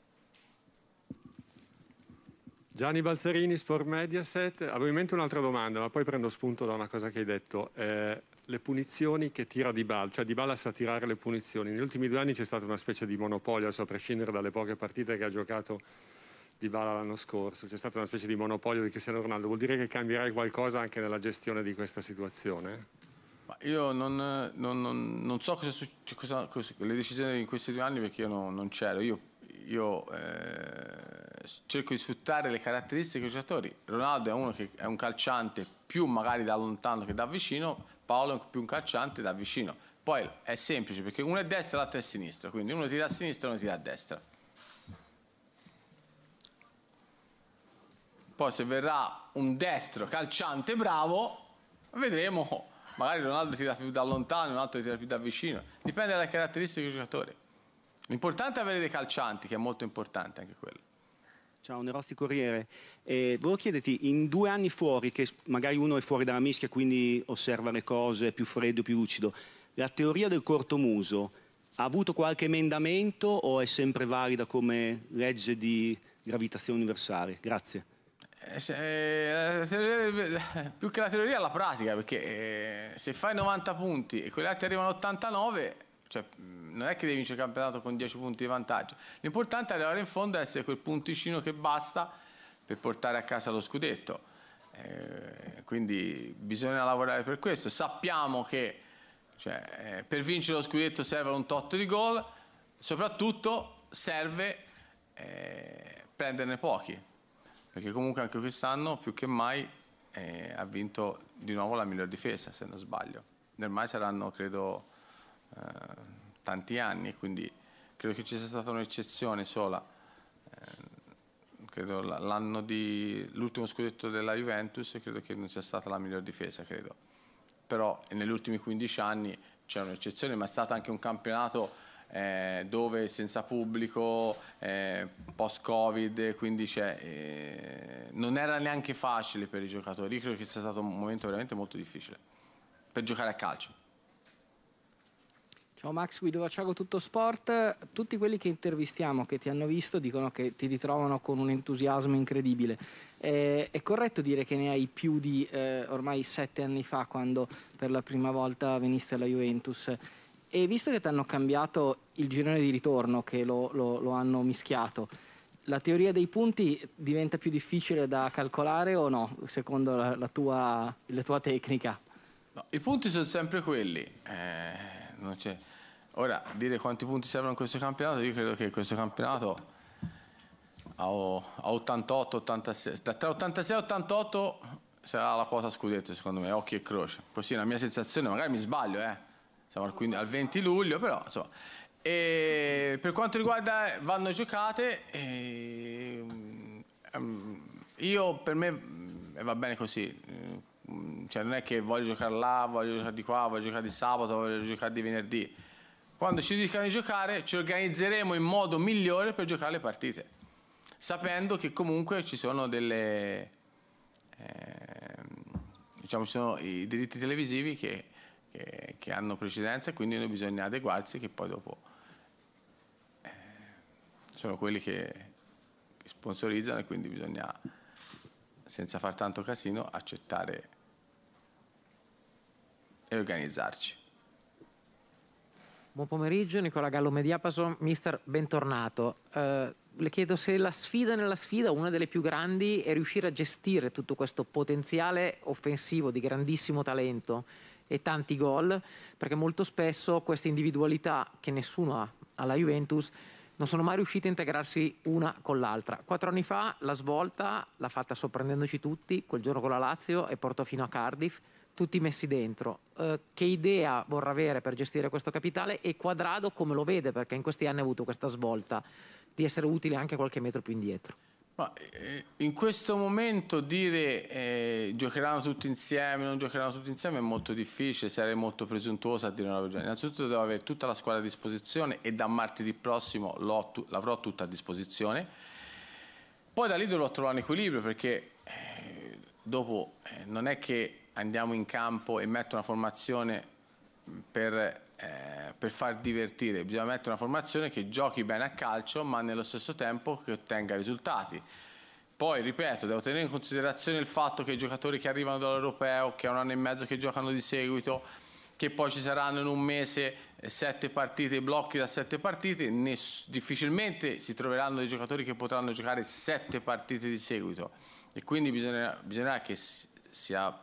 Gianni Balzarini, Sport Mediaset. Avevo in mente un'altra domanda, ma poi prendo spunto da una cosa che hai detto. Eh, le punizioni che tira Dybala, cioè Dybala sa tirare le punizioni. Negli ultimi due anni c'è stata una specie di monopolio, adesso a prescindere dalle poche partite che ha giocato Dybala l'anno scorso, c'è stata una specie di monopolio di Cristiano Ronaldo. Vuol dire che cambierai qualcosa anche nella gestione di questa situazione?
Ma io non, non, non, non so cosa, cosa, cosa le decisioni in questi due anni, perché io no, non c'ero. Io, io eh, cerco di sfruttare le caratteristiche dei giocatori. Ronaldo è uno che è un calciante più magari da lontano che da vicino, Paolo è più un calciante da vicino. Poi è semplice, perché uno è destra e l'altro è sinistra, quindi uno tira a sinistra e uno tira a destra. Poi se verrà un destro calciante bravo, vedremo, magari Ronaldo tira più da lontano, un altro tira più da vicino, dipende dalle caratteristiche dei giocatori. L'importante è avere dei calcianti, che è molto importante anche quello.
Ciao, Nerosti Corriere. Eh, volevo chiederti, in due anni fuori, che magari uno è fuori dalla mischia, quindi osserva le cose, è più freddo, più lucido, la teoria del cortomuso ha avuto qualche emendamento o è sempre valida come legge di gravitazione universale? Grazie.
Eh, se, eh, più che la teoria, la pratica, perché eh, se fai novanta punti e quelli altri arrivano a ottantanove, cioè, non è che devi vincere il campionato con dieci punti di vantaggio. L'importante è arrivare in fondo e essere quel punticino che basta per portare a casa lo scudetto. Eh, quindi bisogna lavorare per questo. Sappiamo che cioè, eh, per vincere lo scudetto serve un tot di gol, soprattutto serve eh, prenderne pochi, perché comunque anche quest'anno più che mai eh, ha vinto di nuovo la miglior difesa, se non sbaglio. Ormai saranno, credo, eh, tanti anni, quindi credo che ci sia stata un'eccezione sola. Eh, credo l'anno di l'ultimo scudetto della Juventus, credo che non sia stata la miglior difesa, credo. Però negli ultimi quindici anni c'è un'eccezione, ma è stato anche un campionato eh, dove senza pubblico, eh, post-Covid, quindi cioè, eh, non era neanche facile per i giocatori. Io credo che sia stato un momento veramente molto difficile per giocare a calcio.
Ciao Max, Guido Vacciago, Tutto Sport. Tutti quelli che intervistiamo, che ti hanno visto, dicono che ti ritrovano con un entusiasmo incredibile. Eh, è corretto dire che ne hai più di eh, ormai sette anni fa, quando per la prima volta veniste alla Juventus? E visto che ti hanno cambiato il girone di ritorno, che lo, lo, lo hanno mischiato, la teoria dei punti diventa più difficile da calcolare o no, secondo la, la, tua, la tua tecnica?
No, i punti sono sempre quelli. Eh... Non c'è. Ora, dire quanti punti servono in questo campionato, io credo che questo campionato a ottantotto ottantasei, tra ottantasei e ottantotto sarà la quota scudetto, secondo me, occhi e croce. Così è la mia sensazione, magari mi sbaglio, eh. Siamo al, quindici, al venti luglio, però insomma. E per quanto riguarda vanno giocate, e, um, io per me va bene così. Cioè non è che voglio giocare là, voglio giocare di qua, voglio giocare di sabato, voglio giocare di venerdì. Quando ci dicono di giocare ci organizzeremo in modo migliore per giocare le partite, sapendo che comunque ci sono delle eh, diciamo ci sono i diritti televisivi che, che, che hanno precedenza, e quindi noi bisogna adeguarsi, che poi dopo eh, sono quelli che, che sponsorizzano, e quindi bisogna, senza far tanto casino, accettare e organizzarci.
Buon pomeriggio, Nicola Gallo, Mediapaso. Mister, bentornato. Eh, le chiedo se la sfida nella sfida, una delle più grandi, è riuscire a gestire tutto questo potenziale offensivo di grandissimo talento e tanti gol, perché molto spesso queste individualità che nessuno ha alla Juventus non sono mai riuscite a integrarsi una con l'altra. Quattro anni fa la svolta l'ha fatta sorprendendoci tutti, quel giorno con la Lazio, e portò fino a Cardiff, tutti messi dentro. Eh, che idea vorrà avere per gestire questo capitale, e Quadrado come lo vede, perché in questi anni ha avuto questa svolta di essere utile anche qualche metro più indietro?
Ma, eh, in questo momento dire eh, giocheranno tutti insieme, non giocheranno tutti insieme è molto difficile, sarei molto presuntuoso a dire una ragione. Innanzitutto devo avere tutta la squadra a disposizione, e da martedì prossimo l'ho, l'avrò tutta a disposizione. Poi da lì dovrò trovare un equilibrio, perché eh, dopo eh, non è che andiamo in campo e metto una formazione per, eh, per far divertire, bisogna mettere una formazione che giochi bene a calcio, ma nello stesso tempo che ottenga risultati. Poi, ripeto, devo tenere in considerazione il fatto che i giocatori che arrivano dall'Europeo, che ha un anno e mezzo che giocano di seguito, che poi ci saranno in un mese sette partite, blocchi da sette partite, ness- difficilmente si troveranno dei giocatori che potranno giocare sette partite di seguito, e quindi bisognerà, bisognerà che sia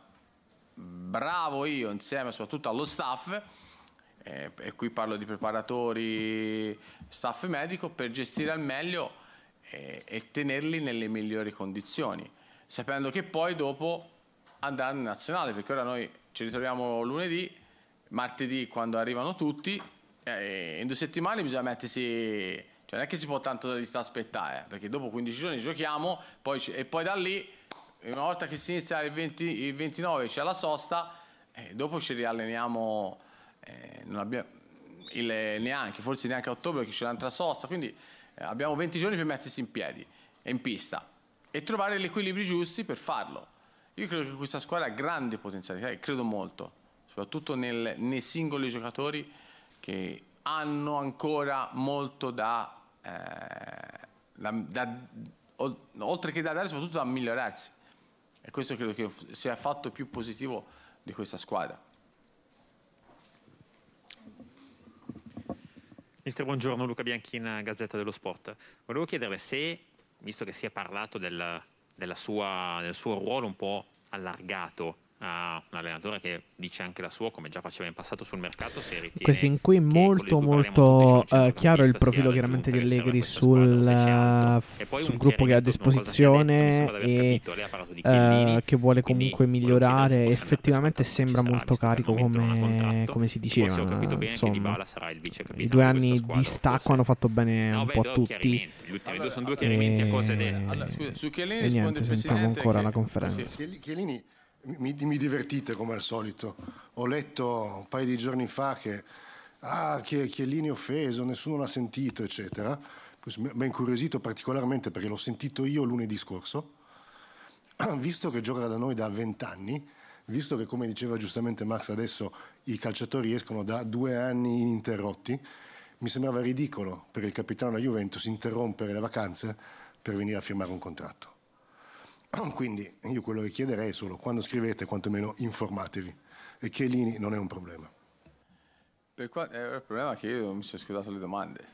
bravo io insieme soprattutto allo staff, eh, e qui parlo di preparatori, staff medico, per gestire al meglio eh, e tenerli nelle migliori condizioni, sapendo che poi dopo andranno in nazionale, perché ora noi ci ritroviamo lunedì, martedì quando arrivano tutti, eh, in due settimane bisogna mettersi, cioè non è che si può tanto di sta aspettare, eh, perché dopo quindici giorni giochiamo, poi ci, e poi da lì, una volta che si inizia il, venti, il ventinove c'è la sosta, eh, dopo ci rialleniamo, eh, non abbiamo il, neanche, forse neanche a ottobre, perché c'è l'altra sosta, quindi eh, abbiamo venti giorni per mettersi in piedi e in pista e trovare gli equilibri giusti per farlo. Io credo che questa squadra ha grande potenzialità, e credo molto, soprattutto nel, nei singoli giocatori, che hanno ancora molto da, eh, da, da oltre che da dare, soprattutto da migliorarsi. E questo credo che sia il fatto più positivo di questa squadra.
Mister, buongiorno, Luca Bianchin, Gazzetta dello Sport. Volevo chiederle se, visto che si è parlato del, della sua, del suo ruolo un po' allargato a un allenatore che dice anche la sua, come già faceva in passato sul mercato, se ritiene
Questo in cui molto molto uh, chiaro il profilo chiaramente di Allegri sul, uh, sul gruppo che ha a disposizione e uh, che vuole comunque migliorare. Effettivamente sembra molto carico, come, come si diceva, insomma i due anni di stacco hanno fatto bene un po' a tutti,
e, sono due chiarimenti a cose de...
allora, scusa,
su e niente, sentiamo ancora la conferenza.
Mi, mi divertite come al solito. Ho letto un paio di giorni fa che ah, che Chiellini è offeso, nessuno l'ha sentito, eccetera. Mi ha incuriosito particolarmente perché l'ho sentito io lunedì scorso, visto che gioca da noi da vent'anni, visto che, come diceva giustamente Max adesso, i calciatori escono da due anni ininterrotti, mi sembrava ridicolo per il capitano della Juventus interrompere le vacanze per venire a firmare un contratto. Quindi io quello che chiederei è solo, quando scrivete, quantomeno informatevi, e Chiellini non è un problema.
Per qua, eh, il problema è che io mi sono scordato le domande.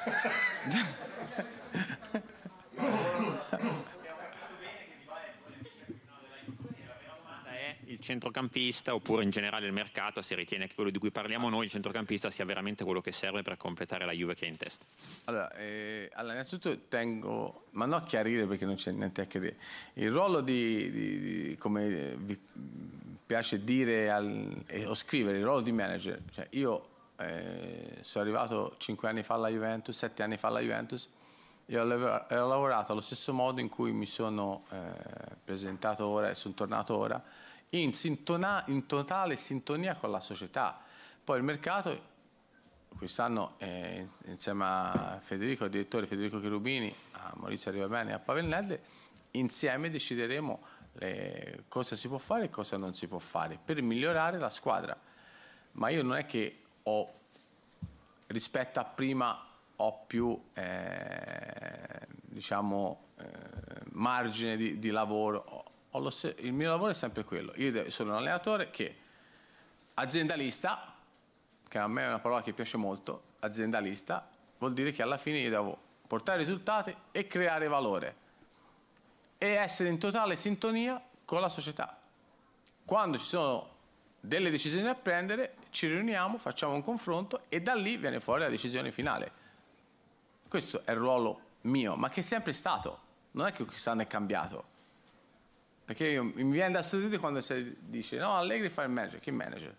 Il centrocampista, oppure in generale il mercato, si ritiene che quello di cui parliamo noi, il centrocampista, sia veramente quello che serve per completare la Juve che è in testa?
Allora, eh, allora innanzitutto tengo, ma non a chiarire perché non c'è niente a chiarire, il ruolo di, di, di come vi piace dire al, eh, o scrivere, il ruolo di manager. Cioè io eh, sono arrivato cinque anni fa alla Juventus, sette anni fa alla Juventus, e ho, lav- ho lavorato allo stesso modo in cui mi sono eh, presentato ora e sono tornato ora, in, sintona- in totale sintonia con la società. Poi il mercato, quest'anno eh, insieme a Federico, il direttore Federico Cherubini, a Maurizio Arrivabene e a Pavennelle, insieme decideremo le, cosa si può fare e cosa non si può fare per migliorare la squadra. Ma io non è che ho, rispetto a prima, ho più eh, diciamo eh, margine di, di lavoro. Ho lo, il mio lavoro è sempre quello. Io sono un allenatore che aziendalista, che a me è una parola che piace molto, aziendalista vuol dire che alla fine io devo portare risultati e creare valore e essere in totale sintonia con la società. Quando ci sono delle decisioni da prendere, ci riuniamo, facciamo un confronto e da lì viene fuori la decisione finale. Questo è il ruolo mio, ma che è sempre stato, non è che quest'anno è cambiato. Perché io, mi viene da sorridere quando si dice no, Allegri fa il manager. Che manager?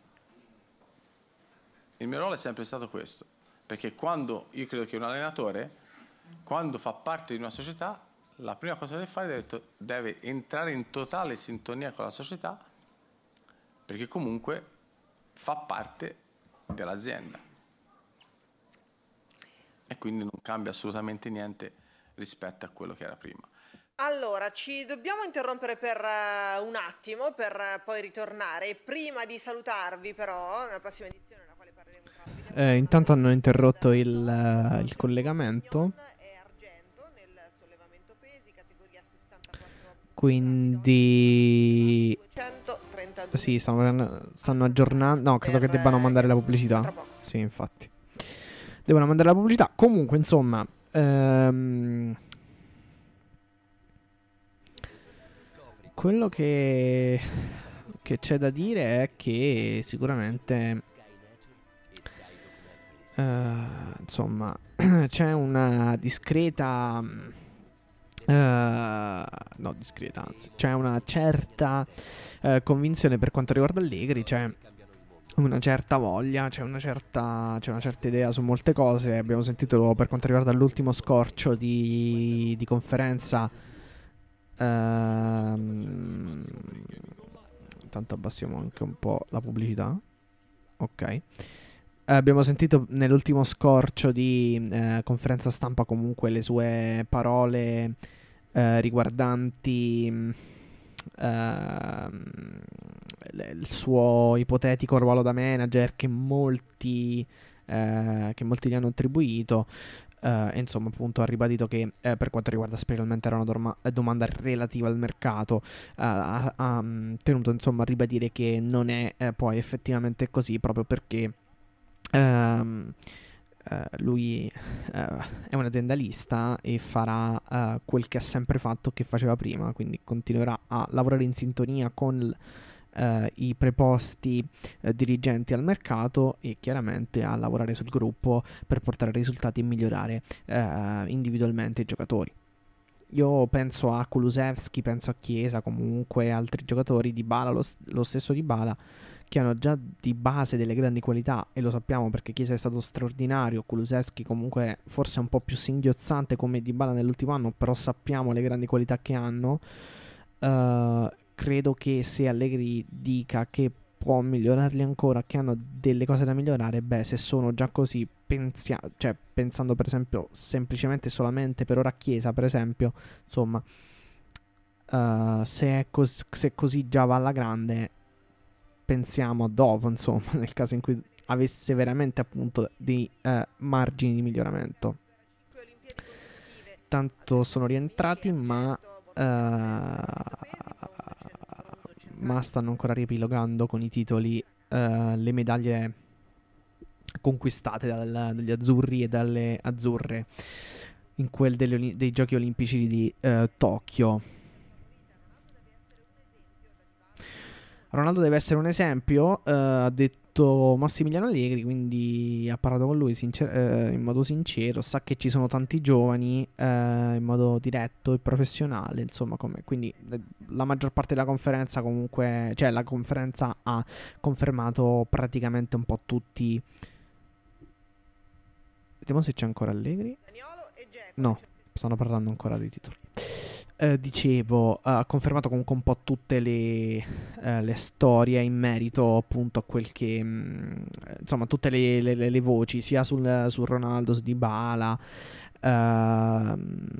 Il mio ruolo è sempre stato questo, perché quando io credo che un allenatore, quando fa parte di una società, la prima cosa che deve fare deve, to- deve entrare in totale sintonia con la società, perché comunque fa parte dell'azienda e quindi non cambia assolutamente niente rispetto a quello che era prima.
Allora, ci dobbiamo interrompere per uh, un attimo per uh, poi ritornare. Prima di salutarvi però, nella prossima edizione nella quale parleremo tra
eh, intanto hanno interrotto il, uh, il collegamento, quindi sì, stanno, stanno aggiornando. No, credo che debbano mandare la pubblicità. Sì, infatti devono mandare la pubblicità. Comunque, insomma, ehm, quello che, che c'è da dire è che sicuramente eh, insomma c'è una discreta uh, no discreta anzi c'è una certa uh, convinzione per quanto riguarda Allegri, c'è una certa voglia, c'è una certa c'è una certa idea su molte cose. Abbiamo sentito per quanto riguarda l'ultimo scorcio di, di conferenza. Ehm, intanto abbassiamo anche un po' la pubblicità. Ok. Eh, abbiamo sentito nell'ultimo scorcio di eh, conferenza stampa comunque le sue parole eh, riguardanti eh, il suo ipotetico ruolo da manager che molti eh, che molti gli hanno attribuito. Uh, insomma, appunto, ha ribadito che eh, per quanto riguarda specialmente era una dorma- domanda relativa al mercato, uh, ha, ha um, tenuto insomma a ribadire che non è eh, poi effettivamente così, proprio perché um, uh, lui uh, è un aziendalista e farà uh, quel che ha sempre fatto, che faceva prima, quindi continuerà a lavorare in sintonia con l- Uh, i preposti uh, dirigenti al mercato e chiaramente a lavorare sul gruppo per portare risultati e migliorare uh, individualmente i giocatori. Io penso a Kulusevski, penso a Chiesa, comunque altri giocatori, Dybala, lo, lo stesso Dybala, che hanno già di base delle grandi qualità, e lo sappiamo perché Chiesa è stato straordinario, Kulusevski comunque forse un po' più singhiozzante come Dybala nell'ultimo anno, però sappiamo le grandi qualità che hanno. Uh, credo che se Allegri dica che può migliorarli ancora, che hanno delle cose da migliorare, beh, se sono già così, pensia- cioè, pensando per esempio semplicemente solamente per ora Chiesa, per esempio, insomma, uh, se, è cos- se così già va alla grande, pensiamo a Dovo, insomma, nel caso in cui avesse veramente appunto dei uh, margini di miglioramento. Tanto sono rientrati, ma uh, ma stanno ancora riepilogando con i titoli uh, le medaglie conquistate dal, dagli azzurri e dalle azzurre in quel delle, dei giochi olimpici di uh, Tokyo. Ronaldo deve essere un esempio, uh, ha detto Massimiliano Allegri, quindi ha parlato con lui sincer- uh, in modo sincero, sa che ci sono tanti giovani, uh, in modo diretto e professionale, insomma, come, quindi eh, la maggior parte della conferenza comunque, cioè la conferenza ha confermato praticamente un po' tutti. Vediamo se c'è ancora Allegri. No, stanno parlando ancora dei titoli. Uh, dicevo, uh, ha confermato comunque un po' tutte le, uh, le storie in merito appunto a quel che, mh, insomma, tutte le, le, le voci, sia sul, sul Ronaldo, su Dybala uh,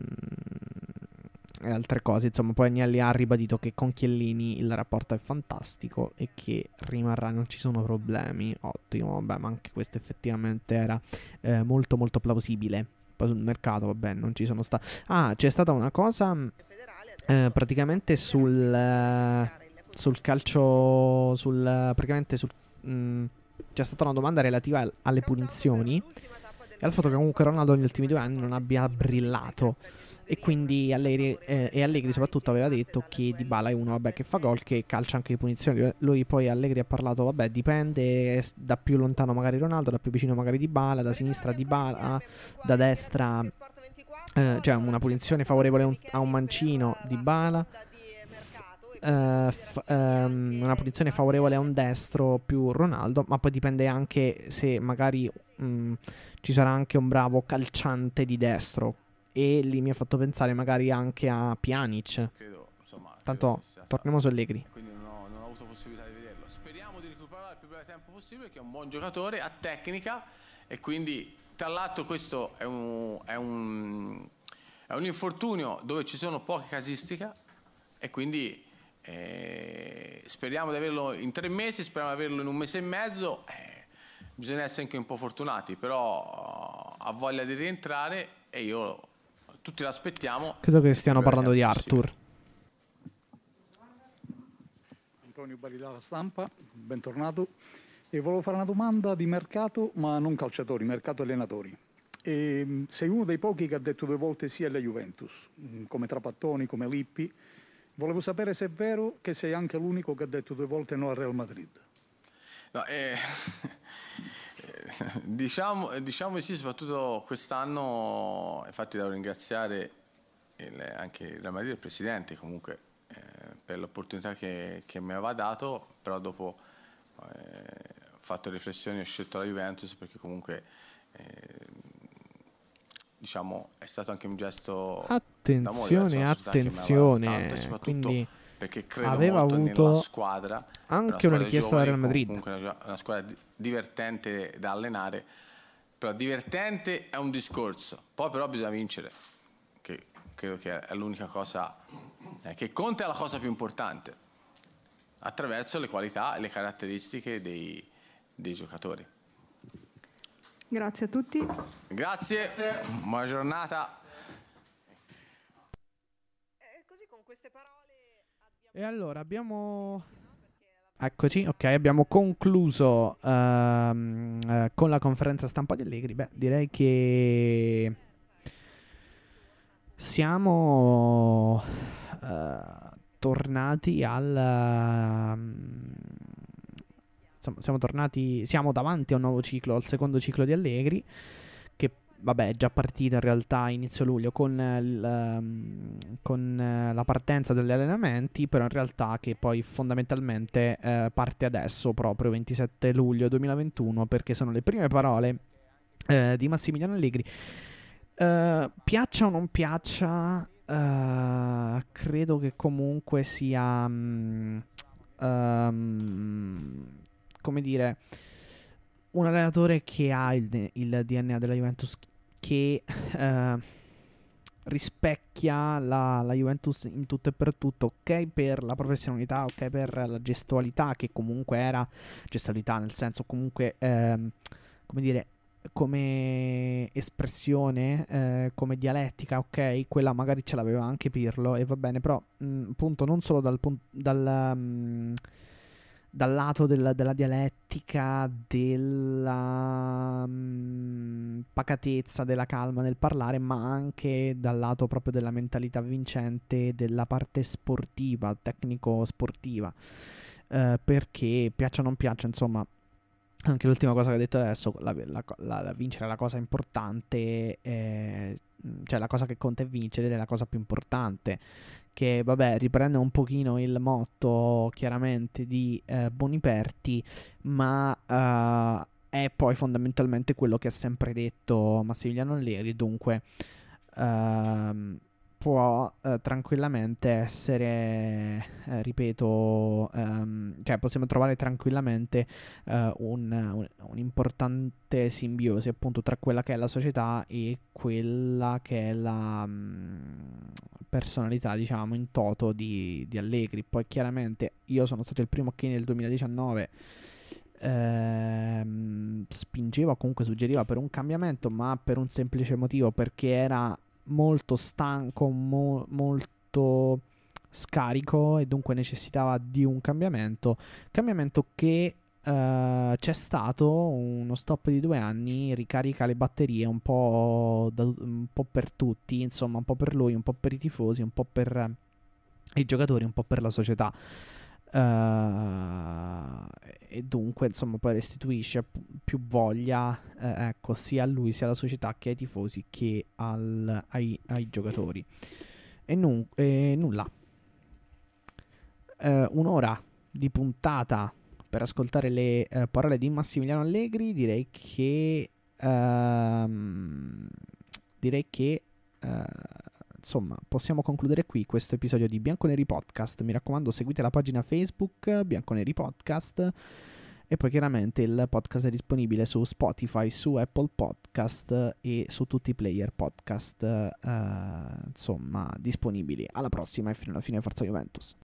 e altre cose. Insomma, poi Agnelli ha ribadito che con Chiellini il rapporto è fantastico e che rimarrà, non ci sono problemi. Ottimo, vabbè, ma anche questo effettivamente era uh, molto molto plausibile. Poi sul mercato, vabbè, non ci sono stati. Ah, c'è stata una cosa eh, praticamente sul eh, sul calcio, sul praticamente sul mh, c'è stata una domanda relativa al, alle punizioni e al fatto che comunque Ronaldo negli ultimi due anni non abbia brillato. E quindi Allegri, eh, e Allegri soprattutto aveva detto che Dybala è uno, vabbè, che fa gol, che calcia anche le punizioni. Lui poi Allegri ha parlato, vabbè, dipende, da più lontano magari Ronaldo, da più vicino magari Dybala, da sinistra Dybala, da destra eh, cioè una punizione favorevole a un, a un mancino Dybala, Uh, f- um, una punizione favorevole a un destro più Ronaldo, ma poi dipende anche se magari um, ci sarà anche un bravo calciante di destro. E lì mi ha fatto pensare magari anche a Pjanic.
Credo, insomma,
tanto torniamo su Allegri.
Quindi non ho, non ho avuto possibilità di vederlo. Speriamo di recuperare il più breve tempo possibile, perché è un buon giocatore, ha tecnica e quindi tra l'altro questo è un, è un, è un infortunio dove ci sono poche casistiche e quindi eh, speriamo di averlo in tre mesi, speriamo di averlo in un mese e mezzo. Eh, bisogna essere anche un po' fortunati, però ha voglia di rientrare e io tutti l'aspettiamo.
Credo che stiano parlando di Arthur.
Antonio Barilà, Stampa, bentornato. E volevo fare una domanda di mercato, ma non calciatori, mercato allenatori. E sei uno dei pochi che ha detto due volte sì alla Juventus, come Trapattoni, come Lippi. Volevo sapere se è vero che sei anche l'unico che ha detto due volte no al Real Madrid.
No, eh, diciamo, diciamo di sì, soprattutto quest'anno. Infatti devo ringraziare il, anche il Real Madrid, il presidente comunque, eh, per l'opportunità che, che mi aveva dato, però dopo eh, ho fatto riflessioni e ho scelto la Juventus perché comunque eh, diciamo è stato anche un gesto
attenzione attenzione
tanto,
quindi
perché credo
aveva
molto
avuto
nella squadra,
anche una richiesta da Real Madrid,
comunque una, una squadra divertente da allenare, però divertente è un discorso, poi però bisogna vincere, che credo che è l'unica cosa eh, che conta, è la cosa più importante, attraverso le qualità e le caratteristiche dei, dei giocatori.
Grazie a tutti.
Grazie, Grazie. Buona giornata.
E così con queste parole abbiamo...
E allora abbiamo... Eccoci, ok, abbiamo concluso um, uh, con la conferenza stampa di Allegri. Beh, direi che siamo uh, tornati al... Uh, insomma, siamo tornati, siamo davanti a un nuovo ciclo, al secondo ciclo di Allegri, che vabbè è già partito in realtà a inizio luglio con, il, um, con uh, la partenza degli allenamenti, però in realtà che poi fondamentalmente uh, parte adesso, proprio ventisette luglio duemilaventuno, perché sono le prime parole uh, di Massimiliano Allegri. Uh, piaccia o non piaccia, uh, credo che comunque sia... Um, um, come dire, un allenatore che ha il, il D N A della Juventus, che uh, rispecchia la, la Juventus in tutto e per tutto, ok per la professionalità, ok per la gestualità, che comunque era gestualità nel senso comunque ehm, come dire, come espressione, eh, come dialettica, ok, quella magari ce l'aveva anche Pirlo e va bene, però mh, appunto non solo dal, pun- dal, mh, dal lato del, della dialettica, della mh, pacatezza, della calma nel parlare, ma anche dal lato proprio della mentalità vincente, della parte sportiva, tecnico-sportiva, eh, perché piaccia o non piaccia, insomma, anche l'ultima cosa che ha detto adesso, la, la, la, la vincere è la cosa importante, eh, cioè la cosa che conta è vincere, è la cosa più importante, che vabbè riprende un pochino il motto chiaramente di eh, Boniperti, ma eh, è poi fondamentalmente quello che ha sempre detto Massimiliano Allegri, dunque ehm, può eh, tranquillamente essere, eh, ripeto, um, cioè possiamo trovare tranquillamente uh, un, un, un'importante simbiosi appunto tra quella che è la società e quella che è la um, personalità, diciamo, in toto di, di Allegri. Poi chiaramente io sono stato il primo che nel duemiladiciannove ehm, spingeva, comunque suggeriva per un cambiamento, ma per un semplice motivo, perché era molto stanco, mo- molto scarico e dunque necessitava di un cambiamento cambiamento che uh, c'è stato, uno stop di due anni, ricarica le batterie un po', da, un po' per tutti, insomma un po' per lui, un po' per i tifosi, un po' per i giocatori, un po' per la società. Uh, e dunque insomma poi restituisce più voglia, eh, ecco, sia a lui sia alla società che ai tifosi che al, ai, ai giocatori e, nun, e nulla uh, un'ora di puntata per ascoltare le uh, parole di Massimiliano Allegri. Direi che uh, direi che uh, insomma, possiamo concludere qui questo episodio di Bianconeri Podcast. Mi raccomando, seguite la pagina Facebook Bianconeri Podcast e poi chiaramente il podcast è disponibile su Spotify, su Apple Podcast e su tutti i player podcast eh, insomma disponibili. Alla prossima e fino alla fine, Forza Juventus.